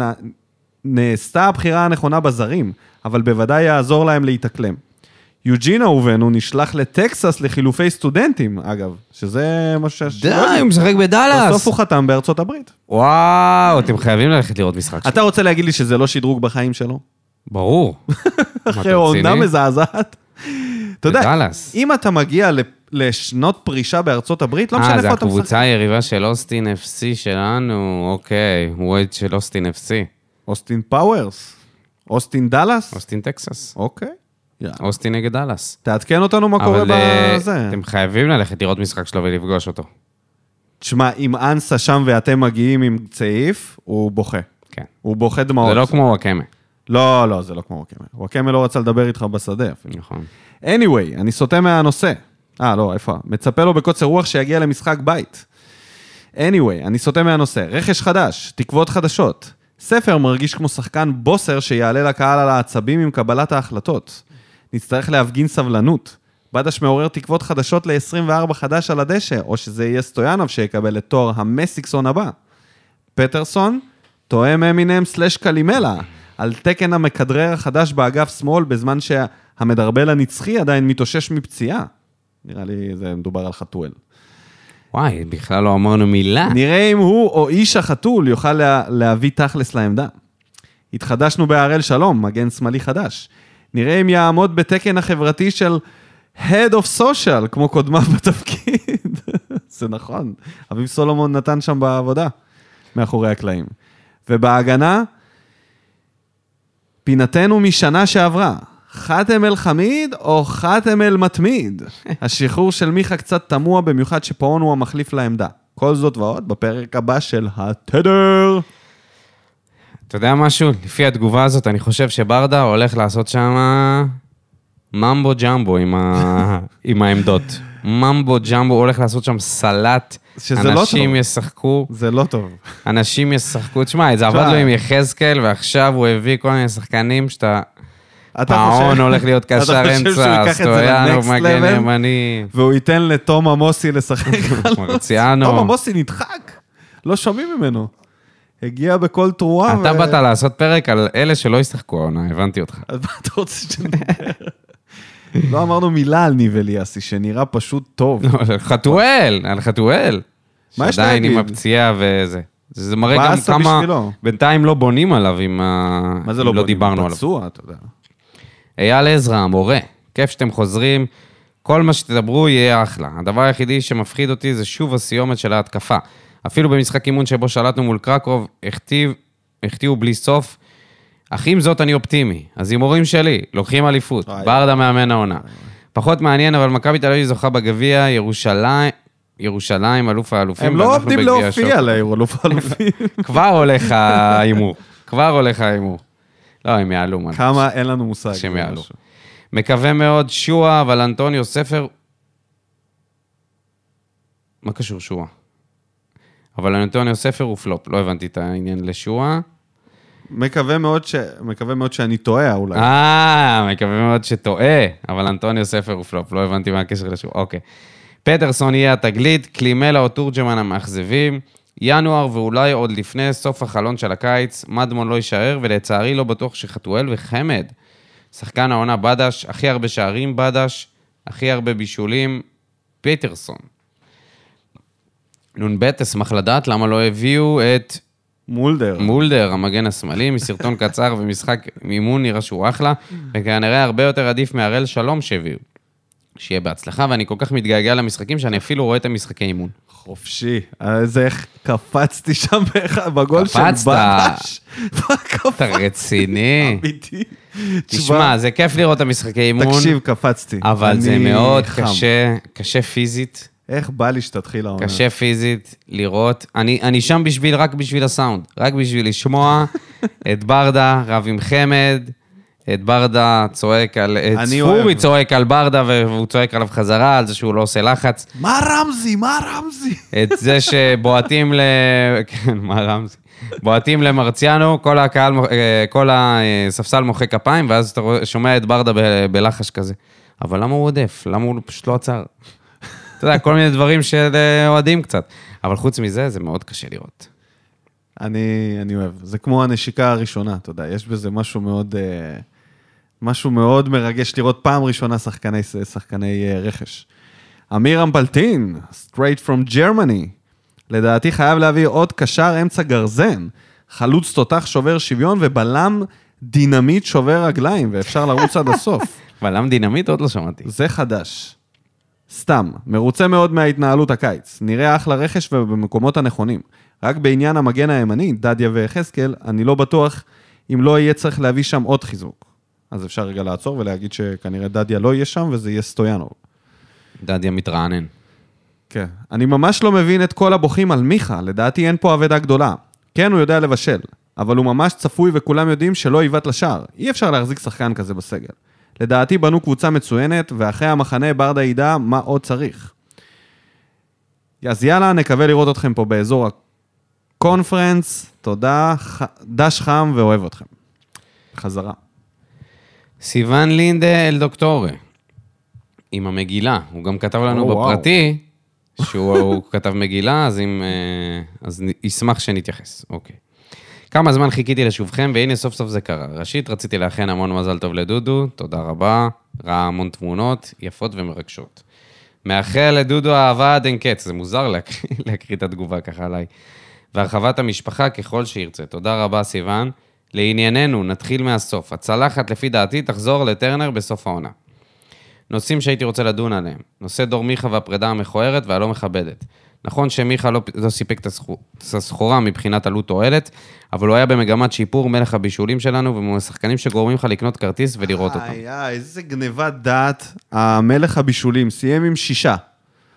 נעשתה הבחירה הנכונה בזרים, אבל בוודאי יעזור להם להתאקלם. יוג'ין אהובנו נשלח לטקסס לחילופי סטודנטים, אגב, שזה משהו די, הוא משחק בדלס. בסוף הוא חתם בארצות הברית. וואו, אתם חייבים ללכת לראות משחק שלו. אתה רוצה להגיד לי שזה לא שדרוג בחיים שלו? ברור. אחרי עונה מזעזעת. אתה יודע, אם אתה מגיע לשנות פרישה בארצות הברית, לא משנה איפה אתה משחק. זה הקבוצה היריבה של אוסטין FC שלנו, אוקיי, הוא אוהד של אוסטין FC. אוסטין פאוורס? אוסטין דלס? אוסטין טקסס. אוקיי. אוסטין נגד דלס. תעדכן אותנו מה קורה בזה. אבל אתם חייבים ללכת לראות משחק שלו ולפגוש אותו. תשמע, אם אנסה שם ואתם מגיעים עם צעיף, הוא בוכה. כן. הוא בוכה דמעות. זה לא כמו וואקמה. לא, זה לא כמו וואקמה. וואקמה לא רצה לדבר איתך בשדה. נכון. anyway, אני סוטה מהנושא. לא, איפה? מצפה לו בקוצר רוח שיגיע למשחק בית. anyway, אני סוטה מהנושא. רכש חדש, תקוות חדשות. ספר מרגיש כמו שחקן בוסר שיעלה לקהל על העצבים עם קבלת ההחלטות. נצטרך להפגין סבלנות. בדש מעורר תקוות חדשות ל-24 חדש על הדשא, או שזה יהיה סטויאנוב שיקבל את תואר המסיקסון הבא. פטרסון, תואם אמינם/קלימלה, על תקן המכדרר החדש באגף שמאל, בזמן שהמדרבל הנצחי עדיין מתאושש מפציעה. נראה לי זה מדובר על חתואל. וואי, בכלל לא אמרנו מילה. נראה אם הוא או איש החתול יוכל להביא תכלס לעמדה. התחדשנו בהראל שלום, מגן שמאלי חדש. נראה אם יעמוד בתקן החברתי של Head of Social, כמו קודמה בתפקיד. זה נכון. אביב סולומון נתן שם בעבודה, מאחורי הקלעים. ובהגנה, פינתנו משנה שעברה. חתם אל חמיד או חתם אל מתמיד? השחרור של מיכה קצת תמוה, במיוחד שפעון הוא המחליף לעמדה. כל זאת ועוד בפרק הבא של התדר. אתה יודע משהו? לפי התגובה הזאת, אני חושב שברדה הולך לעשות שם ממבו ג'מבו עם העמדות. ממבו ג'מבו, הוא הולך לעשות שם סלט. אנשים ישחקו. זה לא טוב. אנשים ישחקו. תשמע, זה עבד לו עם יחזקאל, ועכשיו הוא הביא כל מיני שחקנים שאתה... פאון הולך להיות קשר אמצע, סטויאנו, מגן ימני. והוא ייתן לתום עמוסי לשחק. מרציאנו. תום עמוסי נדחק. לא שומעים ממנו. הגיע בכל תרועה. אתה באת לעשות פרק על אלה שלא ישחקו העונה, הבנתי אותך. אז מה אתה רוצה שנדבר? לא אמרנו מילה על ניב אליאסי, שנראה פשוט טוב. על חתואל. מה יש שעדיין להגיד? עם הפציעה וזה. זה מראה גם כמה... בינתיים לא בונים עליו אם לא דיברנו עליו. פצוע, אתה יודע. אייל עזרא, המורה, כיף שאתם חוזרים, כל מה שתדברו יהיה אחלה. הדבר היחידי שמפחיד אותי זה שוב הסיומת של ההתקפה. אפילו במשחק אימון שבו שלטנו מול קרקוב, הכתיבו בלי סוף. אך עם זאת אני אופטימי. אז הימורים שלי, לוקחים אליפות, ברדה מאמן העונה. פחות מעניין, אבל מכבי תל אביב זוכה בגביע, ירושלים, אלוף האלופים. הם לא עובדים להופיע לאלוף האלופים. כבר הולך האימור. לא, הם יעלו. כמה אין לנו מושג. שהם יעלו. מקווה מאוד שואה, אבל אנטוניו ספר... מה קשור שואה? אבל אנטוניו ספר הוא פלופ, לא הבנתי את העניין לשואה. מקווה מאוד שאני טועה אולי. מקווה מאוד שטועה, אבל אנטוניו ספר הוא פלופ, לא הבנתי מה הקשר לשואה. אוקיי. פטרסון יהיה התגלית, קלימלה או טורג'מן המאכזבים, ינואר ואולי עוד לפני סוף החלון של הקיץ, מדמון לא יישאר, ולצערי לא בטוח שחתואל וחמד. שחקן העונה בדש, הכי הרבה שערים בדש, הכי הרבה בישולים, פטרסון. נונבט, אשמח לדעת למה לא הביאו את מולדר, המגן השמאלי, מסרטון קצר ומשחק מימון נראה שהוא אחלה, וכנראה הרבה יותר עדיף מהראל שלום שהביאו. שיהיה בהצלחה, ואני כל כך מתגעגע למשחקים, שאני אפילו רואה את המשחקי אימון. חופשי. אז איך קפצתי שם בגול של בדש. אתה רציני. אמיתי. תשמע, זה כיף לראות את המשחקי אימון. תקשיב, קפצתי. אבל זה מאוד קשה פיזית. איך בא לי שתתחיל העונה? קשה פיזית לראות. אני שם רק בשביל הסאונד. רק בשביל לשמוע את ברדה, רב עם חמד, את ברדה צועק על... את ספורי צועק על ברדה, והוא צועק עליו חזרה, על זה שהוא לא עושה לחץ. מה רמזי? מה רמזי? את זה שבועטים כן, מה רמזי? בועטים למרציאנו, כל הספסל מוחא כפיים, ואז אתה שומע את ברדה בלחש כזה. אבל למה הוא עודף? למה הוא פשוט לא עצר? אתה יודע, כל מיני דברים של אוהדים קצת. אבל חוץ מזה, זה מאוד קשה לראות. אני אוהב. זה כמו הנשיקה הראשונה, אתה יודע, יש בזה משהו מאוד מרגש לראות פעם ראשונה שחקני רכש. אמיר אמפלטין, straight from Germany, לדעתי חייב להביא עוד קשר אמצע גרזן, חלוץ תותח שובר שוויון ובלם דינמיט שובר רגליים, ואפשר לרוץ עד הסוף. בלם דינמיט עוד לא שמעתי. זה חדש. סתם, מרוצה מאוד מההתנהלות הקיץ, נראה אחלה רכש ובמקומות הנכונים. רק בעניין המגן הימני, דדיה וחזקאל, אני לא בטוח אם לא יהיה צריך להביא שם עוד חיזוק. אז אפשר רגע לעצור ולהגיד שכנראה דדיה לא יהיה שם, וזה יהיה סטויאנוב. דדיה מתרענן. כן. אני ממש לא מבין את כל הבוכים על מיכה, לדעתי אין פה עבודה גדולה. כן, הוא יודע לבשל, אבל הוא ממש צפוי וכולם יודעים שלא ייבט לשער. אי אפשר להחזיק שחקן כזה בסגל. לדעתי בנו קבוצה מצוינת, ואחרי המחנה ברדה ידע מה עוד צריך. אז יאללה, נקווה לראות אתכם פה באזור הקונפרנס. תודה, דש חם ואוהב אתכם. חזרה. סיוון לינדה אל דוקטורי, עם המגילה. הוא גם כתב לנו בפרטי, שהוא כתב מגילה, אז ישמח שנתייחס. אוקיי. כמה זמן חיכיתי לשובכם, והנה סוף סוף זה קרה. ראשית, רציתי לאחן המון מזל טוב לדודו, תודה רבה, ראה המון תמונות, יפות ומרגשות. מאחל לדודו אהבה עד אין קץ, זה מוזר להקריא את התגובה ככה עליי. והרחבת המשפחה ככל שירצה. תודה רבה סיוון. לענייננו, נתחיל מהסוף. הצלחת לפי דעתי תחזור לטרנר בסוף העונה. נושאים שהייתי רוצה לדון עליהם. נושא דור מיכה והפרידה המכוערת והלא מכבדת. נכון שמיכה לא סיפק את הסחורה מבחינת עלות תועלת, אבל הוא היה במגמת שיפור מלך הבישולים שלנו, ומשחקנים שגורמים לך לקנות כרטיס ולראות אותם. איזה גניבת דעת, המלך הבישולים, סיים עם 6.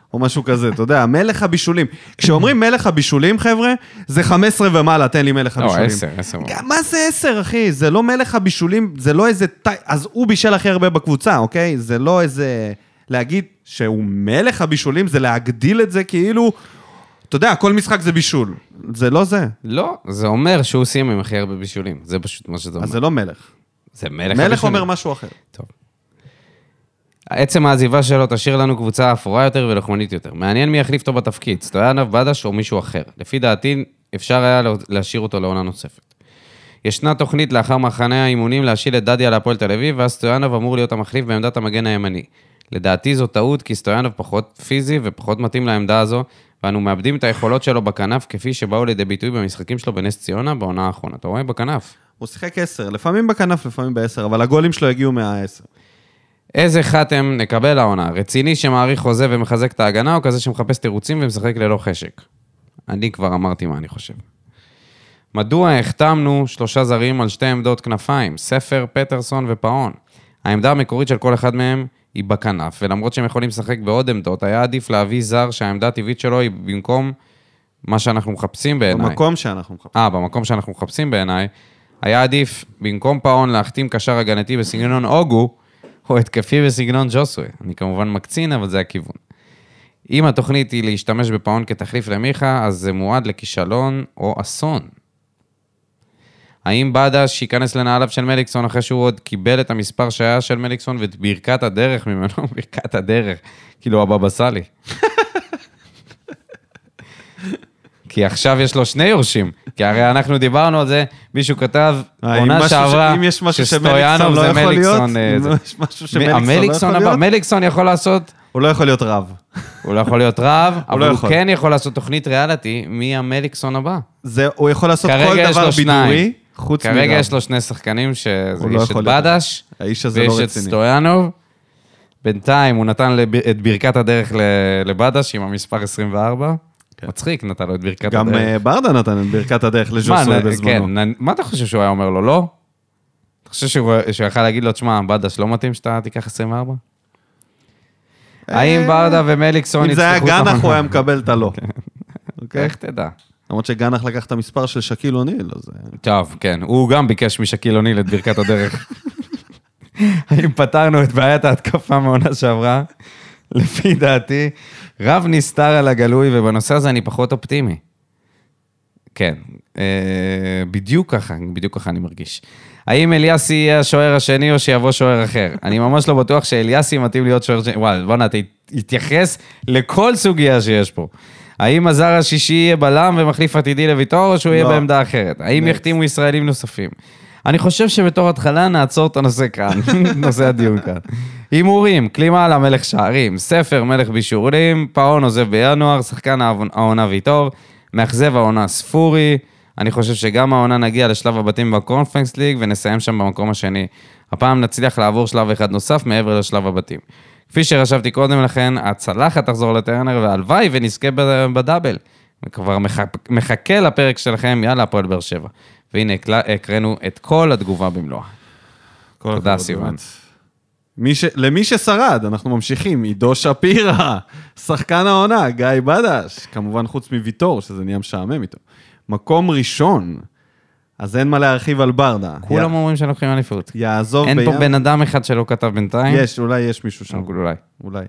או משהו כזה, אתה יודע, מלך הבישולים. כשאומרים מלך הבישולים, חבר'ה, זה 15 ומעלה, תן לי מלך הבישולים. לא, 10. מה זה 10, אחי? זה לא מלך הבישולים, זה לא איזה... אז הוא בישל הכי הרבה בקבוצה, אוקיי? זה לא איזה... להגיד שהוא מלך הבישולים, זה להגדיל את זה כאילו... אתה יודע, כל משחק זה בישול. זה לא זה. לא, זה אומר שהוא סיים עם הכי הרבה בישולים. זה פשוט מה שזה אומר. אז זה לא מלך. זה מלך הבישולים. מלך אומר משהו אחר. טוב. עצם העזיבה שלו תשאיר לנו קבוצה אפורה יותר ולוחמנית יותר. מעניין מי יחליף אותו בתפקיד, סטויאנוב, בדש או מישהו אחר. לפי דעתי, אפשר היה להשאיר אותו לעונה נוספת. ישנה תוכנית לאחר מחנה האימונים להשיל את דדיה להפועל תל אביב, ואז סטויאנוב אמור להיות המחליף בעמדת המגן הימני. לדעתי זו טעות, כי סטויאנוב פחות פיזי ופחות מתאים לעמדה הזו, ואנו מאבדים את היכולות שלו בכנף, כפי שבאו לידי ביטוי במשחקים שלו בנס ציונה בעונה האחרונה. אתה רואה? בכנף. הוא שיחק 10, לפעמים בכנף, לפעמים ב10, אבל הגולים שלו הגיעו מה-10. איזה חתם נקבל העונה? רציני שמעריך חוזה ומחזק את ההגנה, או כזה שמחפש תירוצים ומשחק ללא חשק? אני כבר אמרתי מה אני חושב. מדוע החתמנו 3 זרים על 2 עמדות כנפיים? ספר, פטרסון ופאון. העמדה המקורית של כל אחד מהם היא בכנף, ולמרות שהם יכולים לשחק בעוד עמדות, היה עדיף להביא זר שהעמדה הטבעית שלו היא במקום מה שאנחנו מחפשים בעיניי. במקום שאנחנו מחפשים. במקום שאנחנו מחפשים בעיניי, היה עדיף במקום פאון להחתים קשר הגנתי בסגנון אוגו, או התקפי בסגנון ג'וסוי. אני כמובן מקצין, אבל זה הכיוון. אם התוכנית היא להשתמש בפאון כתחליף למיכה, אז זה מועד לכישלון או אסון. האם בדש ייכנס לנעליו של מליקסון אחרי שהוא עוד קיבל את המספר שהיה של מליקסון ואת ברכת הדרך ממנו, ברכת הדרך, כאילו הבבא סאלי. כי עכשיו יש לו 2 יורשים, כי הרי אנחנו דיברנו על זה, מישהו כתב, עונה שעברה, שסטויאנוב זה מליקסון. יש משהו שמליקסון לא יכול להיות? מליקסון יכול לעשות... הוא לא יכול להיות רב. הוא לא יכול להיות רב, אבל הוא כן יכול לעשות תוכנית ריאליטי, מי המליקסון הבא. הוא יכול לעשות כל דבר בידורי, חוץ מרב. כרגע יש לו 2 שחקנים, יש את בדש, ויש את סטויאנוב. בינתיים הוא נתן את ברכת הדרך לבדש עם המספר 24. מצחיק, נתן לו את ברכת הדרך. גם ברדה נתן את ברכת הדרך לג'וסוי בזמנו. מה אתה חושב שהוא היה אומר לו? לא? אתה חושב שהוא יכל להגיד לו, תשמע, בדש לא מתאים שאתה תיקח 24? האם ברדה ומליקסון אם זה היה גנח, הוא היה מקבל את הלא. איך תדע? למרות שגנח לקח את המספר של שקיל אוניל. טוב, כן. הוא גם ביקש משקיל אוניל את ברכת הדרך. האם פתרנו את בעיית ההתקפה מעונה שעברה? לפי דעתי, רב נסתר על הגלוי, ובנושא הזה אני פחות אופטימי. כן. בדיוק ככה אני מרגיש. האם אליאסי יהיה השוער השני או שיבוא שוער אחר? אני ממש לא בטוח שאליאסי מתאים להיות שוער שני. וואי, בוא נתייחס לכל סוגיה שיש פה. האם הזר השישי יהיה בלם ומחליף עתידי לויטור, או שהוא יהיה בעמדה אחרת? האם יחתימו ישראלים נוספים? אני חושב שבתור התחלה נעצור את הנושא כאן, נושא הדיון כאן. הימורים, קלימה על המלך שערים, ספר מלך בישולים, פאון עוזב בינואר, שחקן העונה ויטור, מאכזב העונה ספורי, אני חושב שגם העונה נגיע לשלב הבתים בקונפרנס ליג, ונסיים שם במקום השני. הפעם נצליח לעבור שלב אחד נוסף מעבר לשלב הבתים. כפי שרשבתי קודם לכן, הצלחת תחזור לטרנר, והלוואי ונזכה בדאבל. וכבר מחכה לפרק שלכם, יאללה, הפועל באר שבע. והנה, הקראנו את כל התגובה במלואה. תודה, סיוון. למי ששרד, אנחנו ממשיכים, עידו שפירא, שחקן העונה, גיא בדש, כמובן חוץ מוויטור, שזה נהיה משעמם איתו. מקום ראשון, אז אין מה להרחיב על ברדה. כולם אומרים שלוקחים אליפות. יעזוב אין פה בן אדם אחד שלא כתב בינתיים. אולי יש מישהו שם. אולי.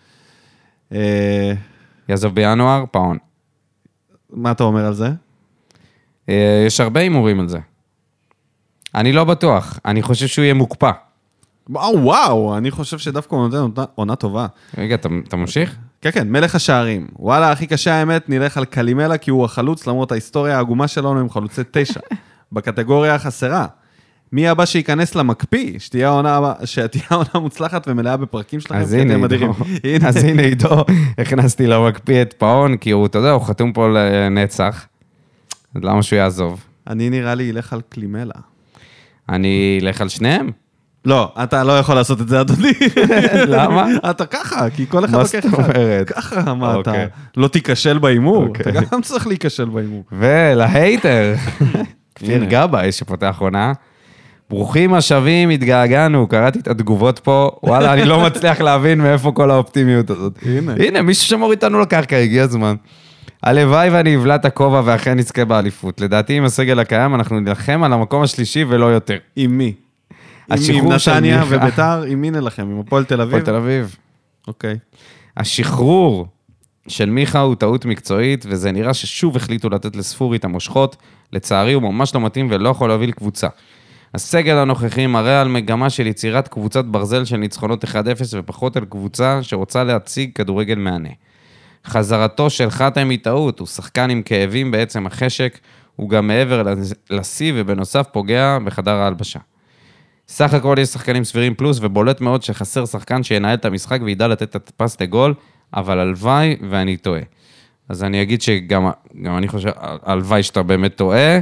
יעזוב בינואר, פאון. מה אתה אומר על זה? יש הרבה הימורים על זה. אני לא בטוח, אני חושב שהוא יהיה מוקפא. וואו, אני חושב שדווקא הוא נותן עונה טובה. רגע, אתה ממשיך? כן, מלך השערים. וואלה, הכי קשה האמת, נלך על קלימלה, כי הוא החלוץ, למרות ההיסטוריה העגומה שלנו עם חלוצי 9, בקטגוריה החסרה. מי הבא שייכנס למקפיא, שתהיה העונה מוצלחת ומלאה בפרקים שלכם, אז הנה עידו, הכנסתי למקפיא את פאון, כי הוא, אתה יודע, הוא חתום פה לנצח. אז למה שהוא יעזוב? אני נראה לי ילך על קלימלה. אני אלך על שניהם? לא, אתה לא יכול לעשות את זה, אדוני. למה? אתה ככה, כי כל אחד לוקח אחד. מה זאת אומרת? ככה, מה אתה לא תיכשל באימור, אתה גם צריך להיכשל באימור. ולהייטר, כפיר גבאי שפותח עונה, ברוכים השבים, התגעגענו, קראתי את התגובות פה, וואלה, אני לא מצליח להבין מאיפה כל האופטימיות הזאת. הנה, מישהו שמור איתנו לקרקע, הגיע הזמן. הלוואי ואני אבלע את הכובע ואכן נזכה באליפות. לדעתי, עם הסגל הקיים, אנחנו נלחם על המקום השלישי ולא יותר. עם מי? השחרור עם של נתניה מיכה. וביתר, עם מי נלחם? עם הפועל תל אביב? הפועל תל אביב. אוקיי. השחרור של מיכה הוא טעות מקצועית, וזה נראה ששוב החליטו לתת לספורי את המושכות. לצערי הוא ממש לא מתאים ולא יכול להביא לקבוצה. הסגל הנוכחי מראה על מגמה של יצירת קבוצת ברזל של ניצחונות 1-0 ופחות על קבוצה שרוצה להציג כדורגל מענה. חזרתו של חתם היא טעות, הוא שחקן עם כאבים בעצם החשק, הוא גם מעבר לשיא ובנוסף פוגע בחדר ההלבשה. סך הכל יש שחקנים סבירים פלוס ובולט מאוד שחסר שחקן שינהל את המשחק וידע לתת את הפס לגול, אבל הלוואי ואני טועה. אז אני אגיד שגם אני חושב, הלוואי שאתה באמת טועה,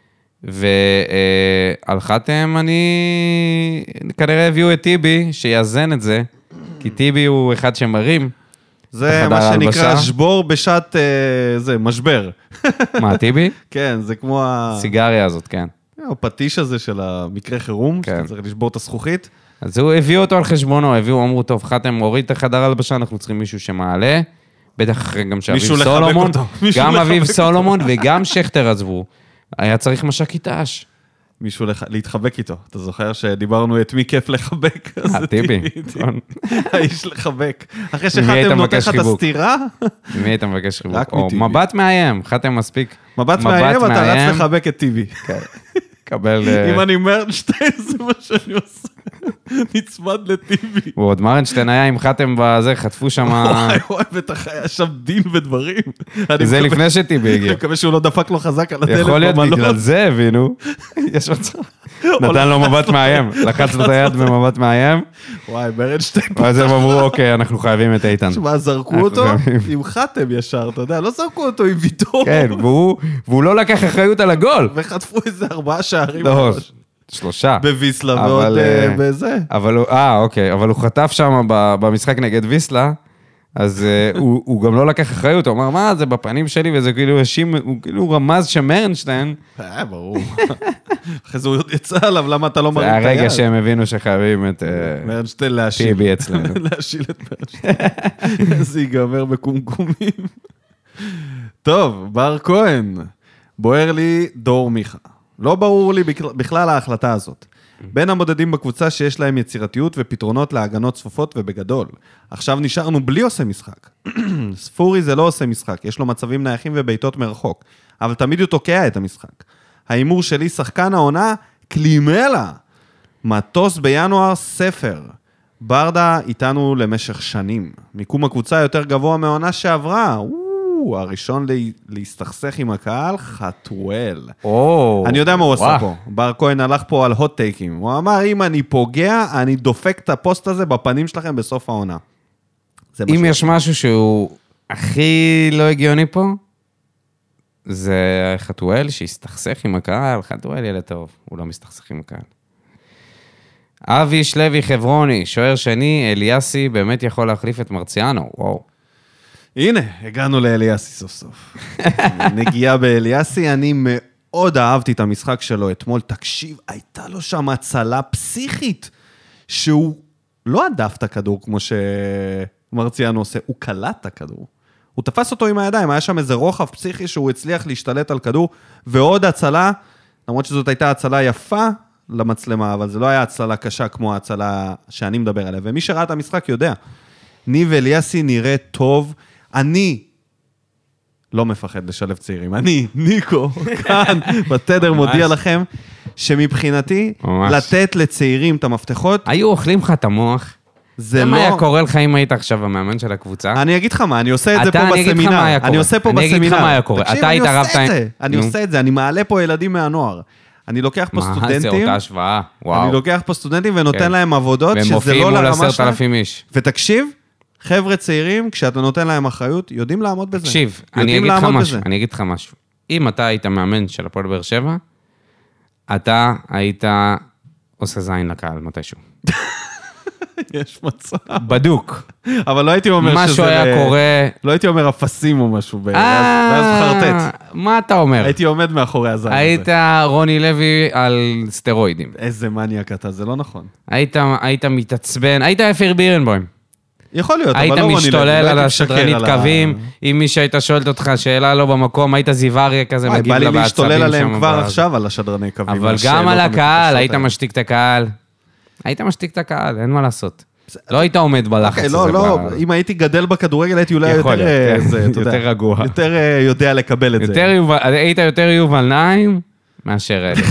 ועל חתם אני כנראה הביאו את טיבי שיאזן את זה, כי טיבי הוא אחד שמרים. זה מה שנקרא שבור בשעת, זה, משבר. מה, טיבי? כן, זה כמו סיגריה הזאת, כן. הפטיש הזה של המקרה חירום, שאתה צריך לשבור את הזכוכית. אז הוא הביאו אותו על חשבונו, אמרו, טוב, חתם הוריד את החדר הלבשה, אנחנו צריכים מישהו שמעלה, בטח אחרי גם שאביב סולומון, גם אביב סולומון וגם שכטר עזבו. היה צריך משק איתש. מישהו להתחבק איתו. אתה זוכר שדיברנו את מי כיף לחבק? טיבי. האיש לחבק. אחרי שחתם נותן לך את הסתירה? מי היית מבקש חיבוק? או מבט מאיים, חתם מספיק. מבט מאיים, אתה רץ לחבק את טיבי. קבל... אם אני מרנשטיין, זה מה שאני עושה. נצמד לטיבי. ועוד מרנשטיין היה עם חתם בזה, חטפו שם... וואי, בטח היה שם דין ודברים. זה לפני שטיבי הגיע. אני מקווה שהוא לא דפק לו חזק על הדלת. יכול להיות בגלל זה, הבינו. יש מצב. נתן לו מבט מאיים. לחץ לו את היד במבט מאיים. וואי, מרנשטיין. ואז הם אמרו, אוקיי, אנחנו חייבים את איתן. שמה, זרקו אותו עם חתם ישר, אתה יודע, לא זרקו אותו עם ויטור. כן, והוא לא לקח אחריות על הגול. וחטפו איזה 4 שערים. לא, 3. בוויסלה ועוד בזה. אוקיי, אבל הוא חטף שם במשחק נגד ויסלה, אז הוא גם לא לקח אחריות, הוא אמר, מה, זה בפנים שלי, וזה כאילו האשים, הוא כאילו רמז שמרנשטיין. ברור. אחרי זה הוא יצא עליו, למה אתה לא מרים את היד? זה הרגע שהם הבינו שחייבים את מרנשטיין להשיל. טיבי אצלנו. להשיל את מרנשטיין. זה ייגמר בקומקומים. טוב, בר כהן. בוער לי דור מיכה. לא ברור לי בכלל ההחלטה הזאת. בין המודדים בקבוצה שיש להם יצירתיות ופתרונות להגנות צפופות ובגדול. עכשיו נשארנו בלי עושה משחק. ספורי זה לא עושה משחק, יש לו מצבים נייחים וביתות מרחוק, אבל תמיד הוא תוקע את המשחק. האימור שלי שחקן העונה, קלימלה. מטוס בינואר ספר. ברדה איתנו למשך שנים. מיקום הקבוצה יותר גבוה מהעונה שעברה. הראשון להסתכסך עם הקהל, חתואל. אני יודע מה הוא עושה פה. בר כהן הלך פה על הוט טייקים. הוא אמר, אם אני פוגע, אני דופק את הפוסט הזה בפנים שלכם בסוף העונה. אם יש משהו שהוא הכי לא הגיוני פה, זה חתואל שהסתכסך עם הקהל. חתואל ילד טוב, הוא לא מסתכסך עם הקהל. אבי שלוי חברוני, שוער שני, אליאסי, באמת יכול להחליף את מרציאנו. וואו. הנה, הגענו לאליאסי סוף סוף. נגיעה באליאסי, אני מאוד אהבתי את המשחק שלו אתמול. תקשיב, הייתה לו שם הצלה פסיכית, שהוא לא עדף את הכדור כמו שמרציאנו עושה, הוא קלט את הכדור. הוא תפס אותו עם הידיים, היה שם איזה רוחב פסיכי שהוא הצליח להשתלט על כדור, ועוד הצלה, למרות שזאת הייתה הצלה יפה למצלמה, אבל זה לא היה הצלה קשה כמו ההצלה שאני מדבר עליה, ומי שראה את המשחק יודע, ניב אליאסי נראה טוב, אני לא מפחד לשלב צעירים, אני, ניקו, כאן, בתדר מודיע לכם, שמבחינתי, לתת לצעירים את המפתחות, היו אוכלים לך את המוח, זה לא... מה היה קורה לך אם היית עכשיו המאמן של הקבוצה? אני אגיד לך מה, אני עושה את זה פה בסמינר, אני עושה פה בסמינר, אני אגיד לך מה היה קורה, אתה היית רבת... אני עושה את זה, אני מעלה פה ילדים מהנוער, אני לוקח פה סטודנטים, מה זה אותה השוואה? וואו. אני לוקח פה סטודנטים ונותן להם עבודות, שזה לא לרמה שלהם, ותקשיב, חבר'ה צעירים, כשאתה נותן להם אחריות, יודעים לעמוד בזה. תקשיב, אני אגיד לך משהו. אם אתה היית מאמן של הפועל באר שבע, אתה היית עושה זין לקהל מתישהו. יש מצב. בדוק. אבל לא הייתי אומר שזה... משהו היה קורה... לא הייתי אומר אפסים או משהו, ואז חרטט. מה אתה אומר? הייתי עומד מאחורי הזין הזה. היית רוני לוי על סטרואידים. איזה מניאק אתה, זה לא נכון. היית מתעצבן, היית אפיר בירנבוים. יכול להיות, אבל היית לא רוני לוי. משתולל על השדרנית קווים, אם מישהו היית שואלת אותך שאלה לא במקום, היית זיווריה כזה, מגיב לה בעצבים שם. בא לי להשתולל עליהם כבר עכשיו על השדרני קווים. אבל גם על הקהל, היית משתיק את הקהל. היית משתיק את הקהל, אין מה לעשות. לא היית עומד בלחץ הזה. לא, אם הייתי גדל בכדורגל, הייתי אולי יותר רגוע. יותר יודע לקבל את זה. היית יותר יובל נעים מאשר אלה.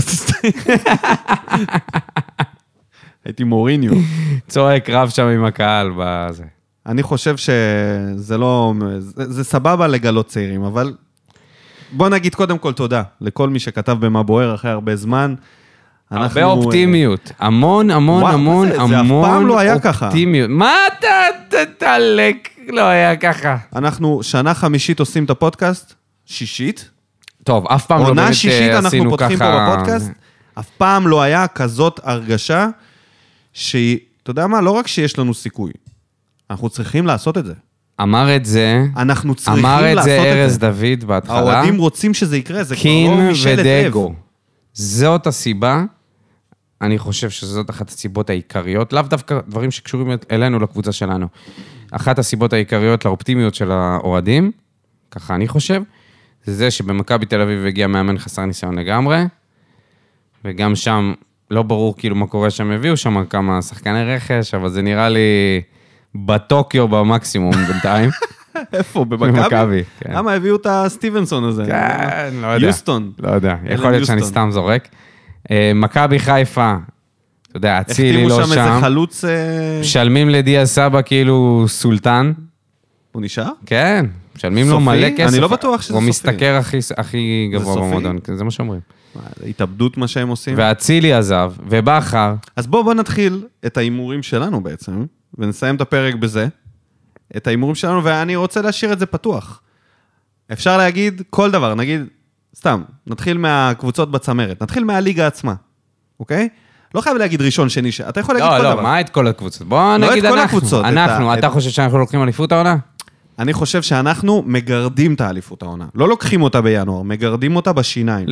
הייתי מוריניו. צועק רב שם עם הקהל בזה. אני חושב שזה לא... זה סבבה לגלות צעירים, אבל בוא נגיד קודם כל תודה לכל מי שכתב במה בוער אחרי הרבה זמן. הרבה אופטימיות. המון, המון, המון, המון זה אף פעם לא היה ככה. מה אתה תתעלק? לא היה ככה. אנחנו שנה חמישית עושים את הפודקאסט, שישית. טוב, אף פעם לא באמת עשינו ככה. עונה שישית אנחנו פותחים פה בפודקאסט. אף פעם לא היה כזאת הרגשה שהיא, אתה יודע מה, לא רק שיש לנו סיכוי, אנחנו צריכים לעשות את זה. אמר את זה, אנחנו צריכים לעשות את זה. אמר את זה ארז דוד בהתחלה. האוהדים רוצים שזה יקרה, זה כבר לא משאלת לב. קין ודגו. זאת הסיבה, אני חושב שזאת אחת הסיבות העיקריות, לאו דווקא דברים שקשורים אלינו לקבוצה שלנו. אחת הסיבות העיקריות לאופטימיות של האוהדים, ככה אני חושב, זה שבמכבי תל אביב הגיע מאמן חסר ניסיון לגמרי, וגם שם לא ברור כאילו מה קורה שם, הביאו שם כמה שחקני רכש, אבל זה נראה לי בטוקיו במקסימום בינתיים. איפה? במכבי? כן. למה הביאו את הסטיבנסון הזה? כן, לא יודע. יוסטון. לא יודע, יכול להיות שאני סתם זורק. מכבי חיפה, אתה יודע, אצילי לא שם. החתימו שם איזה חלוץ... משלמים לדיה סבא כאילו סולטן. הוא נשאר? כן, משלמים לו מלא כסף. אני לא בטוח שזה סופי. הוא מסתכר הכי גבוה במועדון, זה מה שאומרים. התאבדות מה שהם עושים. ואצילי עזב, ובחר. אז בוא נתחיל את האימורים שלנו בעצם, ונסיים את הפרק בזה, את האימורים שלנו, ואני רוצה להשאיר את זה פתוח. אפשר להגיד כל דבר, נגיד, סתם, נתחיל מהקבוצות בצמרת, נתחיל מהליגה עצמה, אוקיי? לא חייב להגיד ראשון, שני, אתה יכול להגיד כל דבר. לא, מה את כל הקבוצות? בוא נגיד אנחנו. אתה חושב שאנחנו לוקחים אליפות העונה? אני חושב שאנחנו מגרדים את האליפות העונה. לא לוקחים אותה בינואר, מגרדים אותה בשיניים.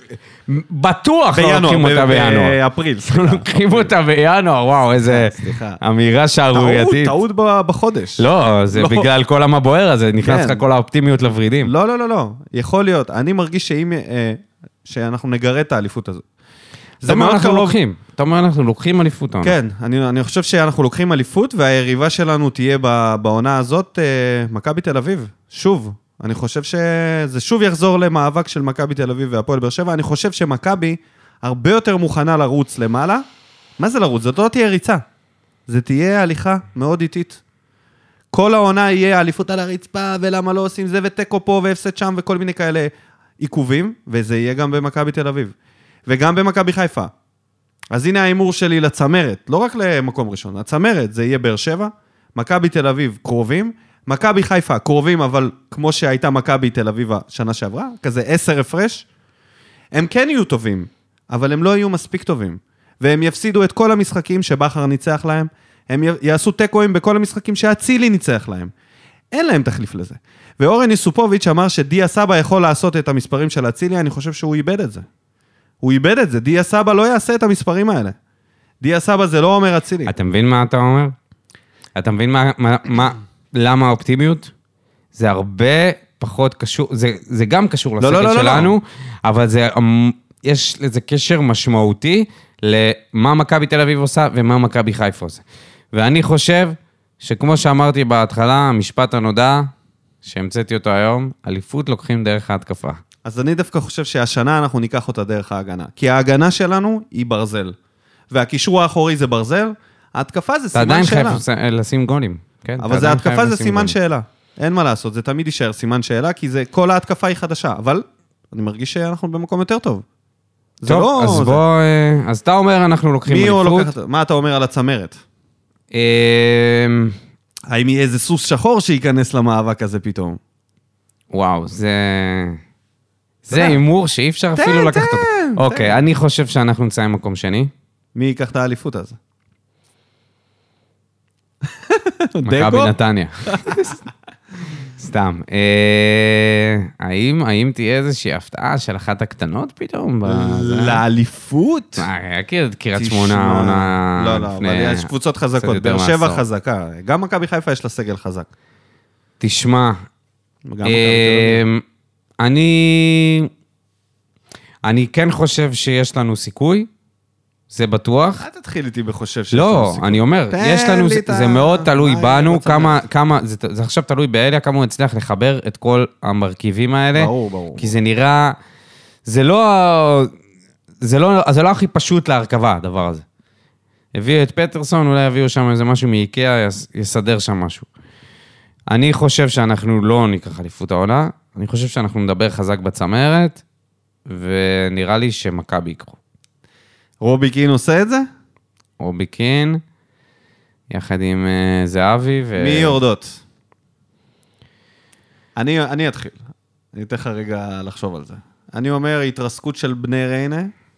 בטוח לא לוקחים אותה בינואר. באפריל. לוקחים אותה בינואר, וואו, איזה אמירה שערורייתית. טעות בחודש. לא, זה בגלל כל מה בוער הזה, נכנס לך כל האופטימיות לברידים. לא, יכול להיות. אני מרגיש שאנחנו נגרד את האליפות הזאת. אתה אומר אנחנו לוקחים אליפות העונה. כן, אני חושב שאנחנו לוקחים אליפות, והיריבה שלנו תהיה בעונה הזאת, מכבי תל אביב. שוב, אני חושב שזה שוב יחזור למאבק של מכבי תל אביב והפועל באר שבע. אני חושב שמכבי הרבה יותר מוכנה לרוץ למעלה. מה זה לרוץ? זאת לא תהיה ריצה. זה תהיה הליכה מאוד איטית. כל העונה יהיה אליפות על הרצפה, ולמה לא עושים זה וטקו פה והפסד שם וכל מיני כאלה עיכובים, וזה יהיה גם במכבי תל אביב. וגם במכבי חיפה. אז הנה האימור שלי לצמרת, לא רק למקום ראשון, הצמרת זה יהיה באר שבע, מכבי תל אביב קרובים, מכבי חיפה קרובים, אבל כמו שהייתה מכבי תל אביב השנה שעברה, כזה 10 הפרש, הם כן יהיו טובים, אבל הם לא יהיו מספיק טובים, והם יפסידו את כל המשחקים שבחר ניצח להם, הם יעשו טקואים בכל המשחקים שהצילי ניצח להם. אין להם תחליף לזה. ואורן יסופוביץ' אמר שדיה סבא יכול לעשות את המספרים של הצילי, אני חושב שהוא איבד את זה. הוא איבד את זה, דיה סבא לא יעשה את המספרים האלה. דיה סבא זה לא אומר אצילי. אתה מבין מה אתה אומר? אתה מבין למה האופטימיות? זה הרבה פחות קשור, זה גם קשור לסגל שלנו, אבל יש לזה קשר משמעותי למה מכבי תל אביב עושה ומה מכבי חיפה עושה. ואני חושב שכמו שאמרתי בהתחלה, המשפט הנודע, שהמצאתי אותו היום, אליפות לוקחים דרך ההתקפה. אז אני דווקא חושב שהשנה אנחנו ניקח אותה דרך ההגנה. כי ההגנה שלנו היא ברזל. והקישור האחורי זה ברזל, ההתקפה זה סימן שאלה. אתה עדיין חייב לשים גולים. כן, אבל זה ההתקפה זה סימן שאלה. אין מה לעשות, זה תמיד יישאר סימן שאלה, כי כל ההתקפה היא חדשה. אבל אני מרגיש שאנחנו במקום יותר טוב. טוב, אז בוא... אז אתה אומר אנחנו לוקחים אליפות. מה אתה אומר על הצמרת? האם יהיה איזה סוס שחור שייכנס למאבק הזה פתאום? וואו, זה אימור שאי אפשר אפילו לקחת אותו. אוקיי, אני חושב שאנחנו נמצאים מקום שני. מי ייקח את האליפות הזה? מכבי נתניה. סתם. האם תהיה איזושהי הפתעה של אחת הקטנות פתאום? לאליפות? היה קריית שמונה עונה... לא, אבל יש קבוצות חזקות. באר שבע חזקה. גם מכבי חיפה יש לה סגל חזק. תשמע, אני כן חושב שיש לנו סיכוי, זה בטוח. אל תתחיל איתי בחושב שיש לנו סיכוי. לא, אני אומר, יש לנו, זה מאוד תלוי בנו, כמה, זה עכשיו תלוי באליה, כמה הוא הצליח לחבר את כל המרכיבים האלה. ברור. כי זה נראה, זה לא הכי פשוט להרכבה, הדבר הזה. הביאו את פטרסון, אולי הביאו שם איזה משהו מאיקאה, יסדר שם משהו. אני חושב שאנחנו לא ניקח אליפות העונה, אני חושב שאנחנו נדבר חזק בצמרת, ונראה לי שמכבי יקרו. רובי קין עושה את זה? רובי קין, יחד עם זהבי מי יורדות? אני אתחיל. אני אתן לך רגע לחשוב על זה. אני אומר, התרסקות של בני ריינה,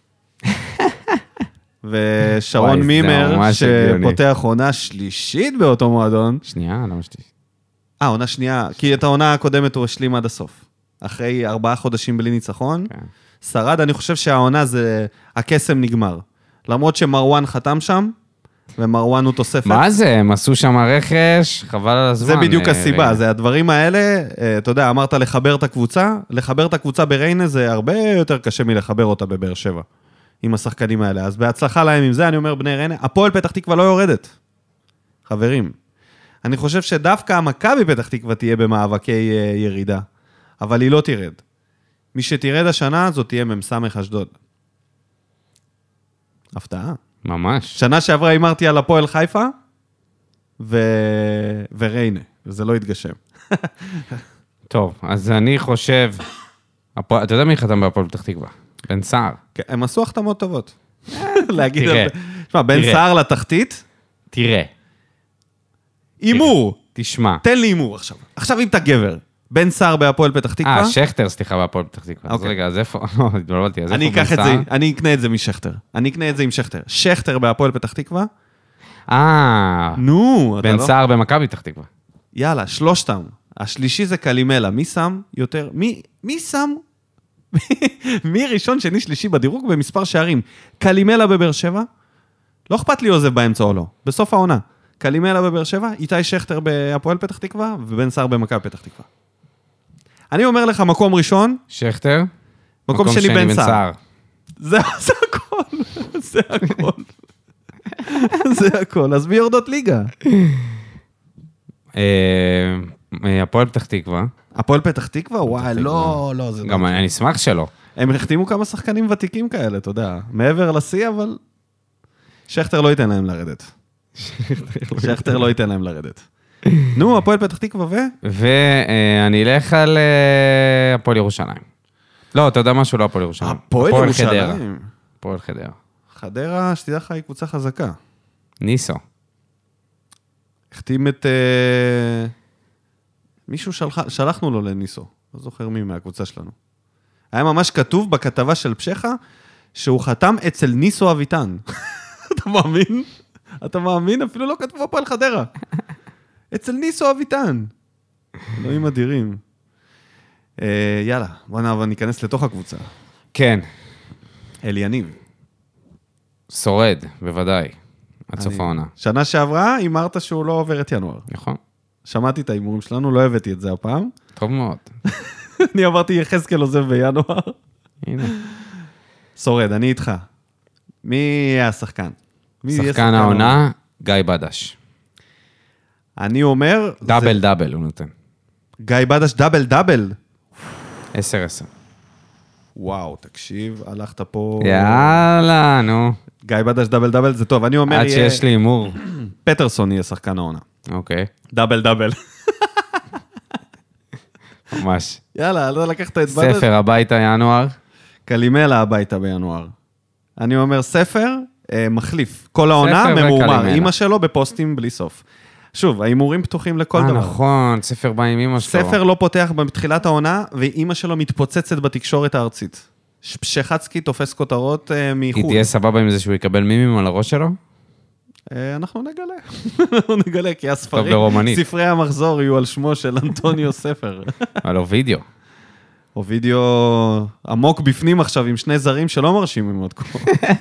ושרון מימר, שפותח עונה שלישית באותו מועדון. שנייה, למה שלישית? עונה שנייה, כי את העונה הקודמת הוא השלים עד הסוף. אחרי 4 חודשים בלי ניצחון, שרד, אני חושב שהעונה זה, הקסם נגמר. למרות שמרואן חתם שם, ומרואן הוא תוספת. מה זה? הם עשו שם רכש, חבל על הזמן. זה בדיוק הסיבה, זה הדברים האלה, אתה יודע, אמרת לחבר את הקבוצה בריינה זה הרבה יותר קשה מלחבר אותה בבאר שבע, עם השחקנים האלה. אז בהצלחה להם עם זה, אני אומר בני ריינה, הפועל פתח תקווה לא יורדת. חברים, אני חושב שדווקא המכבי פתח תקווה תהיה במאבקי ירידה, אבל היא לא תירד. מי שתירד השנה, זאת תהיה ממסמך אשדוד. הפתעה. ממש. שנה שעברה אמרתי על הפועל חיפה, וריינה, וזה לא יתגשם. טוב, אז אני חושב, אתה יודע מי חתם בהפועל פתח תקווה? בן סער. כן, הם עשו החתמות טובות. להגיד על זה. תשמע, בן סער לתחתית. תראה. אימור. תשמע. תן לי אימור עכשיו. עכשיו אם אתה גבר. בן סער בהפועל פתח תקווה. שכטר, סליחה, בהפועל פתח תקווה. אז רגע, אז איפה? התבלבלתי, אז איפה בן סער? אני אקנה את זה משכטר. אני אקנה את זה עם שכטר. שכטר בהפועל פתח תקווה. נו, בן סער במכבי פתח תקווה. יאללה, שלושתם. השלישי זה קלימלה. מי שם יותר? מי שם? מי ראשון, שני, שלישי בדירוג במספר שערים? קלימלה בבאר שבע? לא אכפת לי עוזב באמצע או לא. בסוף העונה. קלימלה בבאר שבע, איתי שכטר בהפועל פתח תקווה, ובן סער במכבי פתח תקווה. אני אומר לך, מקום ראשון. שכטר. מקום שני בן סער. זה הכל. זה הכל. זה הכל. אז מי יורדות ליגה? הפועל פתח תקווה. הפועל פתח תקווה? וואי, לא. גם אני אשמח שלא. הם החתימו כמה שחקנים ותיקים כאלה, אתה יודע. מעבר לשיא, אבל שכטר לא ייתן להם לרדת. שכטר לא ייתן להם לרדת. נו, הפועל פתח תקווה ואני אלך על הפועל ירושלים. לא, אתה יודע משהו? לא הפועל ירושלים. הפועל ירושלים? הפועל חדרה. חדרה, שתדע לך, היא קבוצה חזקה. ניסו. החתים את... מישהו שלחנו לו לניסו. לא זוכר מי מהקבוצה שלנו. היה ממש כתוב בכתבה של פשחה, שהוא חתם אצל ניסו אביטן. אתה מאמין? אתה מאמין? אפילו לא כתבו הפועל חדרה. אצל ניסו אביטן. אלוהים אדירים. יאללה, בוא ניכנס לתוך הקבוצה. כן. אל יניב. שורד, בוודאי. עד סוף העונה. שנה שעברה, אמרת שהוא לא עובר את ינואר. נכון. שמעתי את האימורים שלנו, לא הבאתי את זה הפעם. טוב מאוד. אני עברתי יחזקאל עוזב בינואר. הנה. שורד, אני איתך. מי יהיה השחקן? שחקן העונה, גיא בדש. אני אומר... דאבל הוא נותן. גיא בדש דאבל. 10-10. וואו, תקשיב, הלכת פה... יאללה, נו. גיא בדש דאבל, זה טוב. אני אומר... עד שיש לי אימור. פטרסון יהיה שחקן העונה. אוקיי. דאבל. ממש. יאללה, לא לקחת את בדש. ספר הביתה ינואר. קלימלה הביתה בינואר. אני אומר ספר, מחליף. כל העונה ממורמר. אמא שלו בפוסטים בלי סוף. שוב, האימורים פתוחים לכל דבר. נכון, ספר בא עם אמא שלו. ספר לא פותח בתחילת העונה, ואמא שלו מתפוצצת בתקשורת הארצית. שחצקי תופס כותרות מחו"ל. היא תהיה סבבה עם זה שהוא יקבל מימים על הראש שלו? אנחנו נגלה. אנחנו נגלה, כי הספרים, ברומנית. ספרי המחזור יהיו על שמו של אנטוניו ספר. על אובידיו. אובידיו עמוק בפנים עכשיו עם שני זרים שלא מרשים עד כה.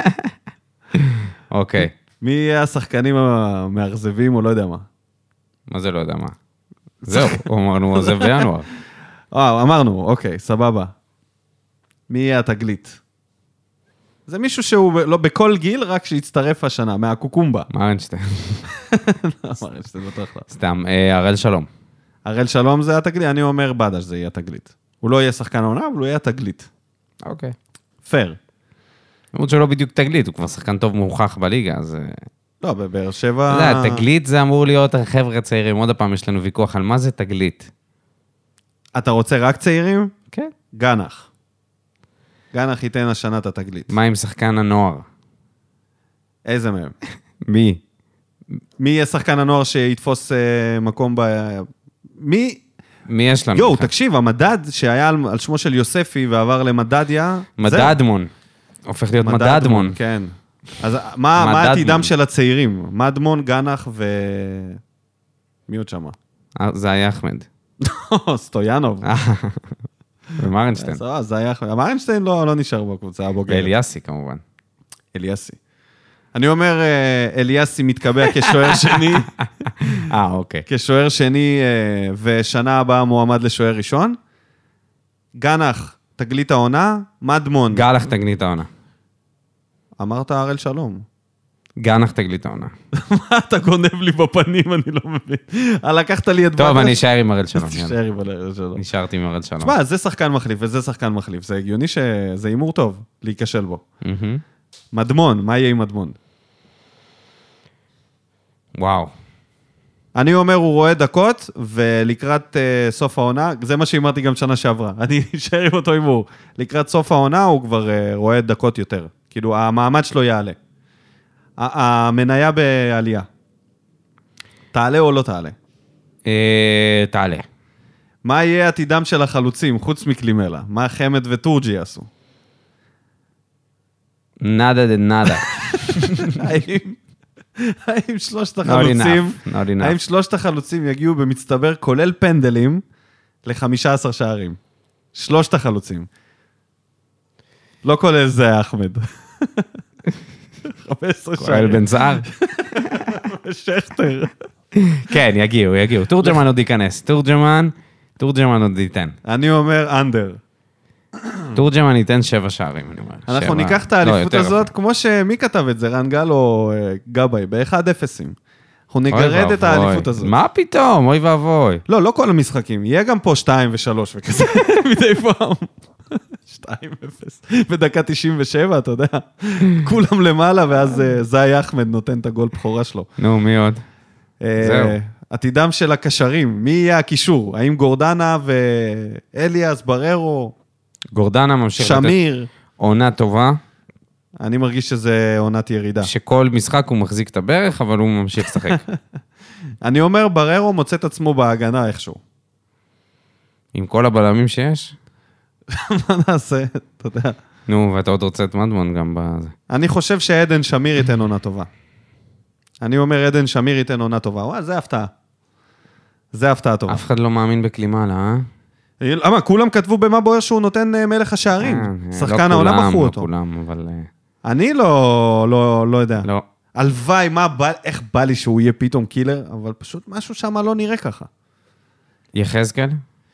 אוקיי. מי יהיה השחקנים המאכזבים או לא יודע מה? מה זה לא יודע מה? זהו, אמרנו, עוזב בינואר. אמרנו, אוקיי, סבבה. מי יהיה התגלית? זה מישהו שהוא לא בכל גיל, רק שיצטרף השנה, מהקוקומבה. מרנשטיין. מרנשטיין, בטח לא. סתם, הראל שלום. הראל שלום זה התגלית, אני אומר בדש, זה יהיה התגלית. הוא לא יהיה שחקן העונה, אבל הוא יהיה התגלית. אוקיי. פייר. למרות שלא בדיוק תגלית, הוא כבר שחקן טוב מוכח בליגה, אז... לא, בבאר שבע... אתה יודע, תגלית זה אמור להיות חבר'ה צעירים. עוד הפעם יש לנו ויכוח על מה זה תגלית. אתה רוצה רק צעירים? כן. גנח. גנח ייתן השנה את התגלית. מה עם שחקן הנוער? איזה מהם? מי? מי יהיה שחקן הנוער שיתפוס מקום ב... מי? מי יש לנו? יואו, תקשיב, המדד שהיה על שמו של יוספי ועבר למדדיה... מדדמון. הופך להיות מדדמון. כן. אז מה עתידם של הצעירים? מדמון, גנח ו... מי עוד שמה? זה היה אחמד. סטויאנוב. ומרנשטיין. זה היה אחמד. מרנשטיין לא נשאר בקבוצה הבוגרת. ואליאסי כמובן. אליאסי. אני אומר, אליאסי מתקבע כשוער שני. אוקיי. כשוער שני, ושנה הבאה מועמד לשוער ראשון. גנח, תגלית העונה. מדמון. גלח תגלית העונה. אמרת הראל שלום. גנח תגלית העונה. מה אתה גונב לי בפנים, אני לא מבין. לקחת לי את... טוב, אני אשאר עם הראל שלום. תשאר עם הראל שלום. נשארתי עם הראל שלום. תשמע, זה שחקן מחליף וזה שחקן מחליף. זה הגיוני שזה אימור טוב, להיכשל בו. מדמון, מה יהיה עם מדמון? וואו. אני אומר, הוא רואה דקות, ולקראת סוף העונה, זה מה שאמרתי גם שנה שעברה. אני אשאר עם אותו אימור. לקראת סוף העונה, הוא כבר רואה דקות יותר. כאילו, המעמד שלו יעלה. המניה בעלייה. תעלה או לא תעלה? תעלה. מה יהיה עתידם של החלוצים, חוץ מקלימלה? מה חמד וטורג'י יעשו? נאדה דה נאדה. האם שלושת החלוצים, האם שלושת החלוצים יגיעו במצטבר, כולל פנדלים, ל-15 שערים? שלושת החלוצים. לא כולל זה, אחמד. 15 שערים. כולל בן סער. שכטר. כן, יגיעו. תורג'מן עוד ייכנס. תורג'מן עוד ייתן. אני אומר אנדר. תורג'מן ייתן 7 שערים, אני אומר. אנחנו ניקח את האליפות הזאת, כמו שמי כתב את זה, רן גל או גבאי, ב-1-0. אנחנו נגרד את האליפות הזאת. מה פתאום? אוי ואבוי. לא כל המשחקים. יהיה גם פה 2 ו-3 וכזה, מדי פעם. 2-0. בדקה 97, אתה יודע. כולם למעלה, ואז זי אחמד נותן את הגול בחורה שלו. נו, מי עוד? זהו. עתידם של הקשרים, מי יהיה הקישור? האם גורדנה ואליאס, בררו? גורדנה ממשיך שמיר. עונה טובה. אני מרגיש שזה עונת ירידה. שכל משחק הוא מחזיק את הברך, אבל הוא ממשיך לשחק. אני אומר, בררו מוצא את עצמו בהגנה איכשהו. עם כל הבלמים שיש? מה נעשה? אתה יודע. נו, ואתה עוד רוצה את מדמון גם בזה. אני חושב שעדן שמיר ייתן עונה טובה. אני אומר, עדן שמיר ייתן עונה טובה. וואי, זה הפתעה. זה הפתעה טובה. אף אחד לא מאמין בקלימה, לא? למה? כולם כתבו במה בוער שהוא נותן מלך השערים. שחקן העונה בחרו אותו. לא כולם, אבל... אני לא יודע. לא. הלוואי, איך בא לי שהוא יהיה פתאום קילר, אבל פשוט משהו שם לא נראה ככה. יחזקאל?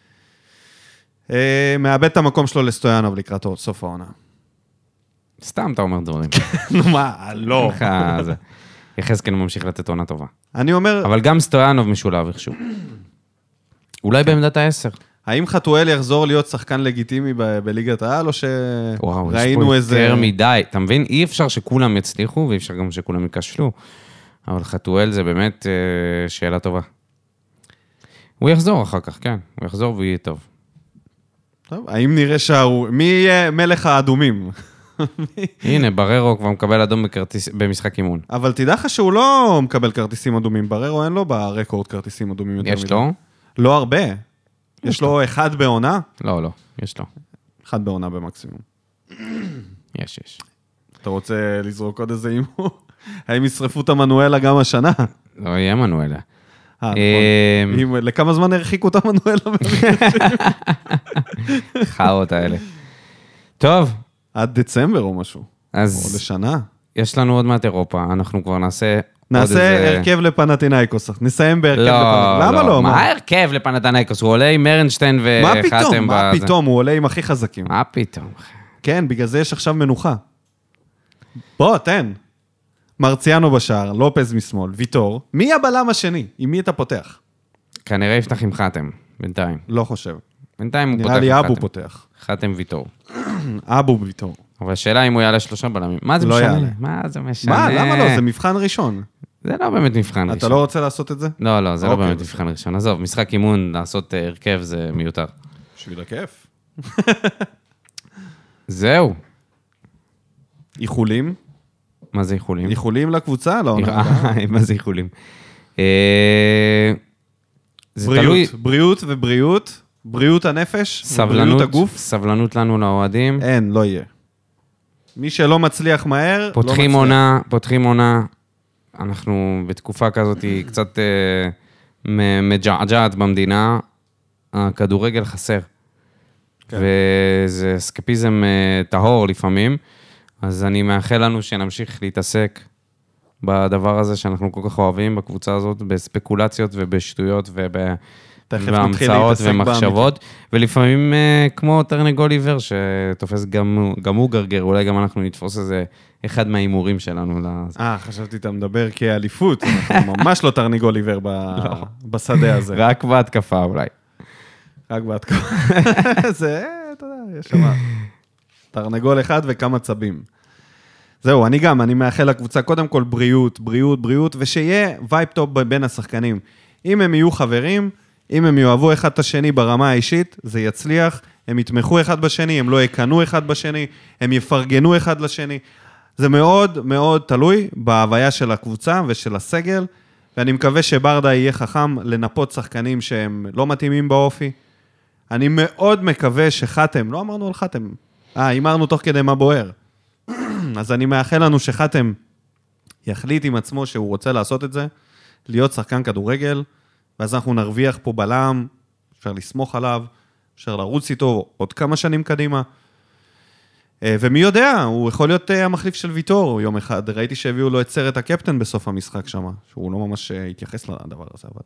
מאבד את המקום שלו לסטויאנוב לקראת סוף העונה. סתם אתה אומר דברים. נו מה, לא. יחזקאל ממשיך לתת עונה טובה. אני אומר... אבל גם סטויאנוב משולב איכשהו. אולי בעמדת ה-10. האם חתואל יחזור להיות שחקן לגיטימי בליגת העל, או שראינו איזה... יותר מדי. אתה מבין? אי אפשר שכולם יצליחו, ואי אפשר גם שכולם יקשלו. אבל חתואל זה באמת שאלה טובה. הוא יחזור אחר כך, כן. הוא יחזור והוא יהיה טוב. טוב, האם נראה מי יהיה מלך האדומים? הנה, בררו כבר מקבל אדום במשחק אימון. אבל תדע לך שהוא לא מקבל כרטיסים אדומים. בררו אין לו ברקורד כרטיסים אדומים יותר מדי. יש לו? לא הרבה. יש לו אחד בעונה? לא, יש לו. אחד בעונה במקסימום. יש. אתה רוצה לזרוק עוד איזה אימור? האם ישרפו את המנואלה גם השנה? לא יהיה מנואלה. נכון. לכמה זמן הרחיקו את המנואלה? חאות האלה. טוב. עד דצמבר או משהו. או לשנה. יש לנו עוד מעט אירופה, אנחנו כבר נעשה הרכב לפנתינייקוס, נסיים בהרכב לפנתינייקוס. למה לא? מה הרכב לפנתינייקוס? הוא עולה עם מרנשטיין וחתם. מה פתאום? הוא עולה עם הכי חזקים. מה פתאום? כן, בגלל זה יש עכשיו מנוחה. בוא, תן. מרציאנו בשער, לופז משמאל, ויטור. מי הבלם השני? עם מי אתה פותח? כנראה יפתח עם חתם, בינתיים. לא חושב. בינתיים הוא פותח עם חתם. נראה לי אבו פותח. חתם ויטור. אבו ויטור. אבל השאלה אם הוא יעלה 3 בלמים. מה זה משנה? מה זה משנה? מה? למה לא? זה מבחן ראשון. זה לא באמת מבחן ראשון. אתה לא רוצה לעשות את זה? לא, זה לא באמת מבחן ראשון. עזוב, משחק אימון, לעשות הרכב זה מיותר. בשביל הכיף. זהו. איחולים? מה זה איחולים? איחולים לקבוצה? לא. מה זה איחולים? בריאות ובריאות. בריאות הנפש, בריאות הגוף. סבלנות לנו לאוהדים. אין, לא יהיה. מי שלא מצליח מהר, לא מצליח. פותחים עונה. אנחנו בתקופה כזאת קצת מג'עג'עת במדינה. הכדורגל חסר. וזה סקפיזם טהור לפעמים. אז אני מאחל לנו שנמשיך להתעסק בדבר הזה שאנחנו כל כך אוהבים בקבוצה הזאת, בספקולציות ובשטויות ובהמצאות ומחשבות, ולפעמים כמו תרנגול עיוור שתופס גם הוא גרגר, אולי גם אנחנו נתפוס איזה אחד מהאימורים שלנו. חשבתי אתה מדבר כאליפות, אנחנו ממש לא תרנגול עיוור בשדה הזה. רק בהתקפה אולי. רק בהתקפה. זה, אתה יודע, יש שם תרנגול אחד וכמה צבים. זהו, אני מאחל לקבוצה, קודם כל בריאות, ושיהיה וייב טוב בין השחקנים. אם הם יהיו חברים, אם הם יאהבו אחד את השני ברמה האישית, זה יצליח, הם יתמכו אחד בשני, הם לא יקנו אחד בשני, הם יפרגנו אחד לשני. זה מאוד מאוד תלוי בהוויה של הקבוצה ושל הסגל, ואני מקווה שברדה יהיה חכם לנפות שחקנים שהם לא מתאימים באופי. אני מאוד מקווה שחתם, לא אמרנו על חתם, אמרנו תוך כדי מה בוער. אז אני מאחל לנו שחתם יחליט עם עצמו שהוא רוצה לעשות את זה, להיות שחקן כדורגל, ואז אנחנו נרוויח פה בלם, אפשר לסמוך עליו, אפשר לרוץ איתו עוד כמה שנים קדימה. ומי יודע, הוא יכול להיות המחליף של ויטור יום אחד. ראיתי שהביאו לו את סרט הקפטן בסוף המשחק שם, שהוא לא ממש התייחס לדבר הזה, אבל...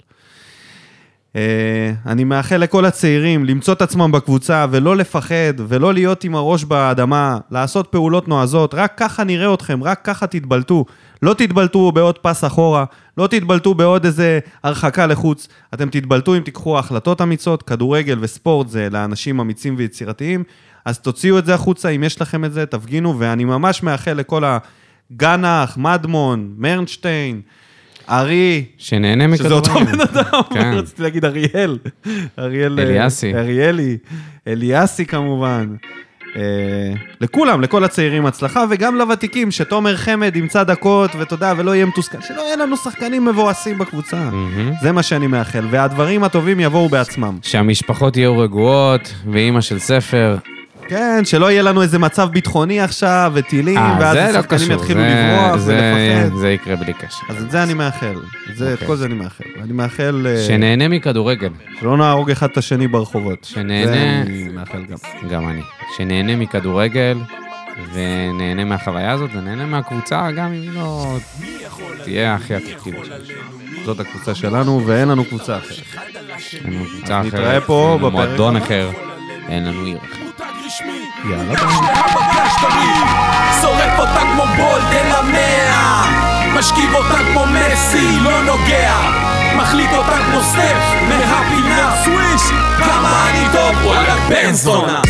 אני מאחל לכל הצעירים למצוא את עצמם בקבוצה ולא לפחד ולא להיות עם הראש באדמה, לעשות פעולות נועזות, רק ככה נראה אתכם, רק ככה תתבלטו, לא תתבלטו בעוד פס אחורה, לא תתבלטו בעוד איזה הרחקה לחוץ, אתם תתבלטו אם תיקחו החלטות אמיצות, כדורגל וספורט זה לאנשים אמיצים ויצירתיים, אז תוציאו את זה החוצה, אם יש לכם את זה, תפגינו, ואני ממש מאחל לכל הגנח, מדמון, מרנשטיין, ארי, שנהנה מכדורגל. שזה אותו בן אדם, רציתי להגיד אריאל. אליאסי. אליאסי כמובן. לכולם, לכל הצעירים הצלחה, וגם לוותיקים, שתומר חמד ימצא דקות, ותודה, ולא יהיה מתוסכל, שלא יהיה לנו שחקנים מבואסים בקבוצה. זה מה שאני מאחל, והדברים הטובים יבואו בעצמם. שהמשפחות יהיו רגועות, ואימא של ספר. כן, שלא יהיה לנו איזה מצב ביטחוני עכשיו, וטילים, ואז השחקנים יתחילו לברוח ולפחד. זה יקרה בלי קשר. אז את זה אני מאחל. את כל זה אני מאחל. אני מאחל... שנהנה מכדורגל. שלא נהרוג אחד את השני ברחובות. שנהנה... זה אני מאחל גם. גם אני. שנהנה מכדורגל, ונהנה מהחוויה הזאת, ונהנה מהקבוצה, גם אם לא תהיה הכי אטרקטיבית. זאת הקבוצה שלנו, ואין לנו קבוצה אחרת. אין לנו קבוצה אחרת. נתראה פה בפרק. מועדון אחר. אין לנו עיר אחרת. יאללה. שורף אותה כמו בולדן המאה, משכיב אותה כמו מסי, לא נוגע, מחליט אותה כמו סטף, מהפינה סוויש, כמה אני טוב, וואלה בן זונה.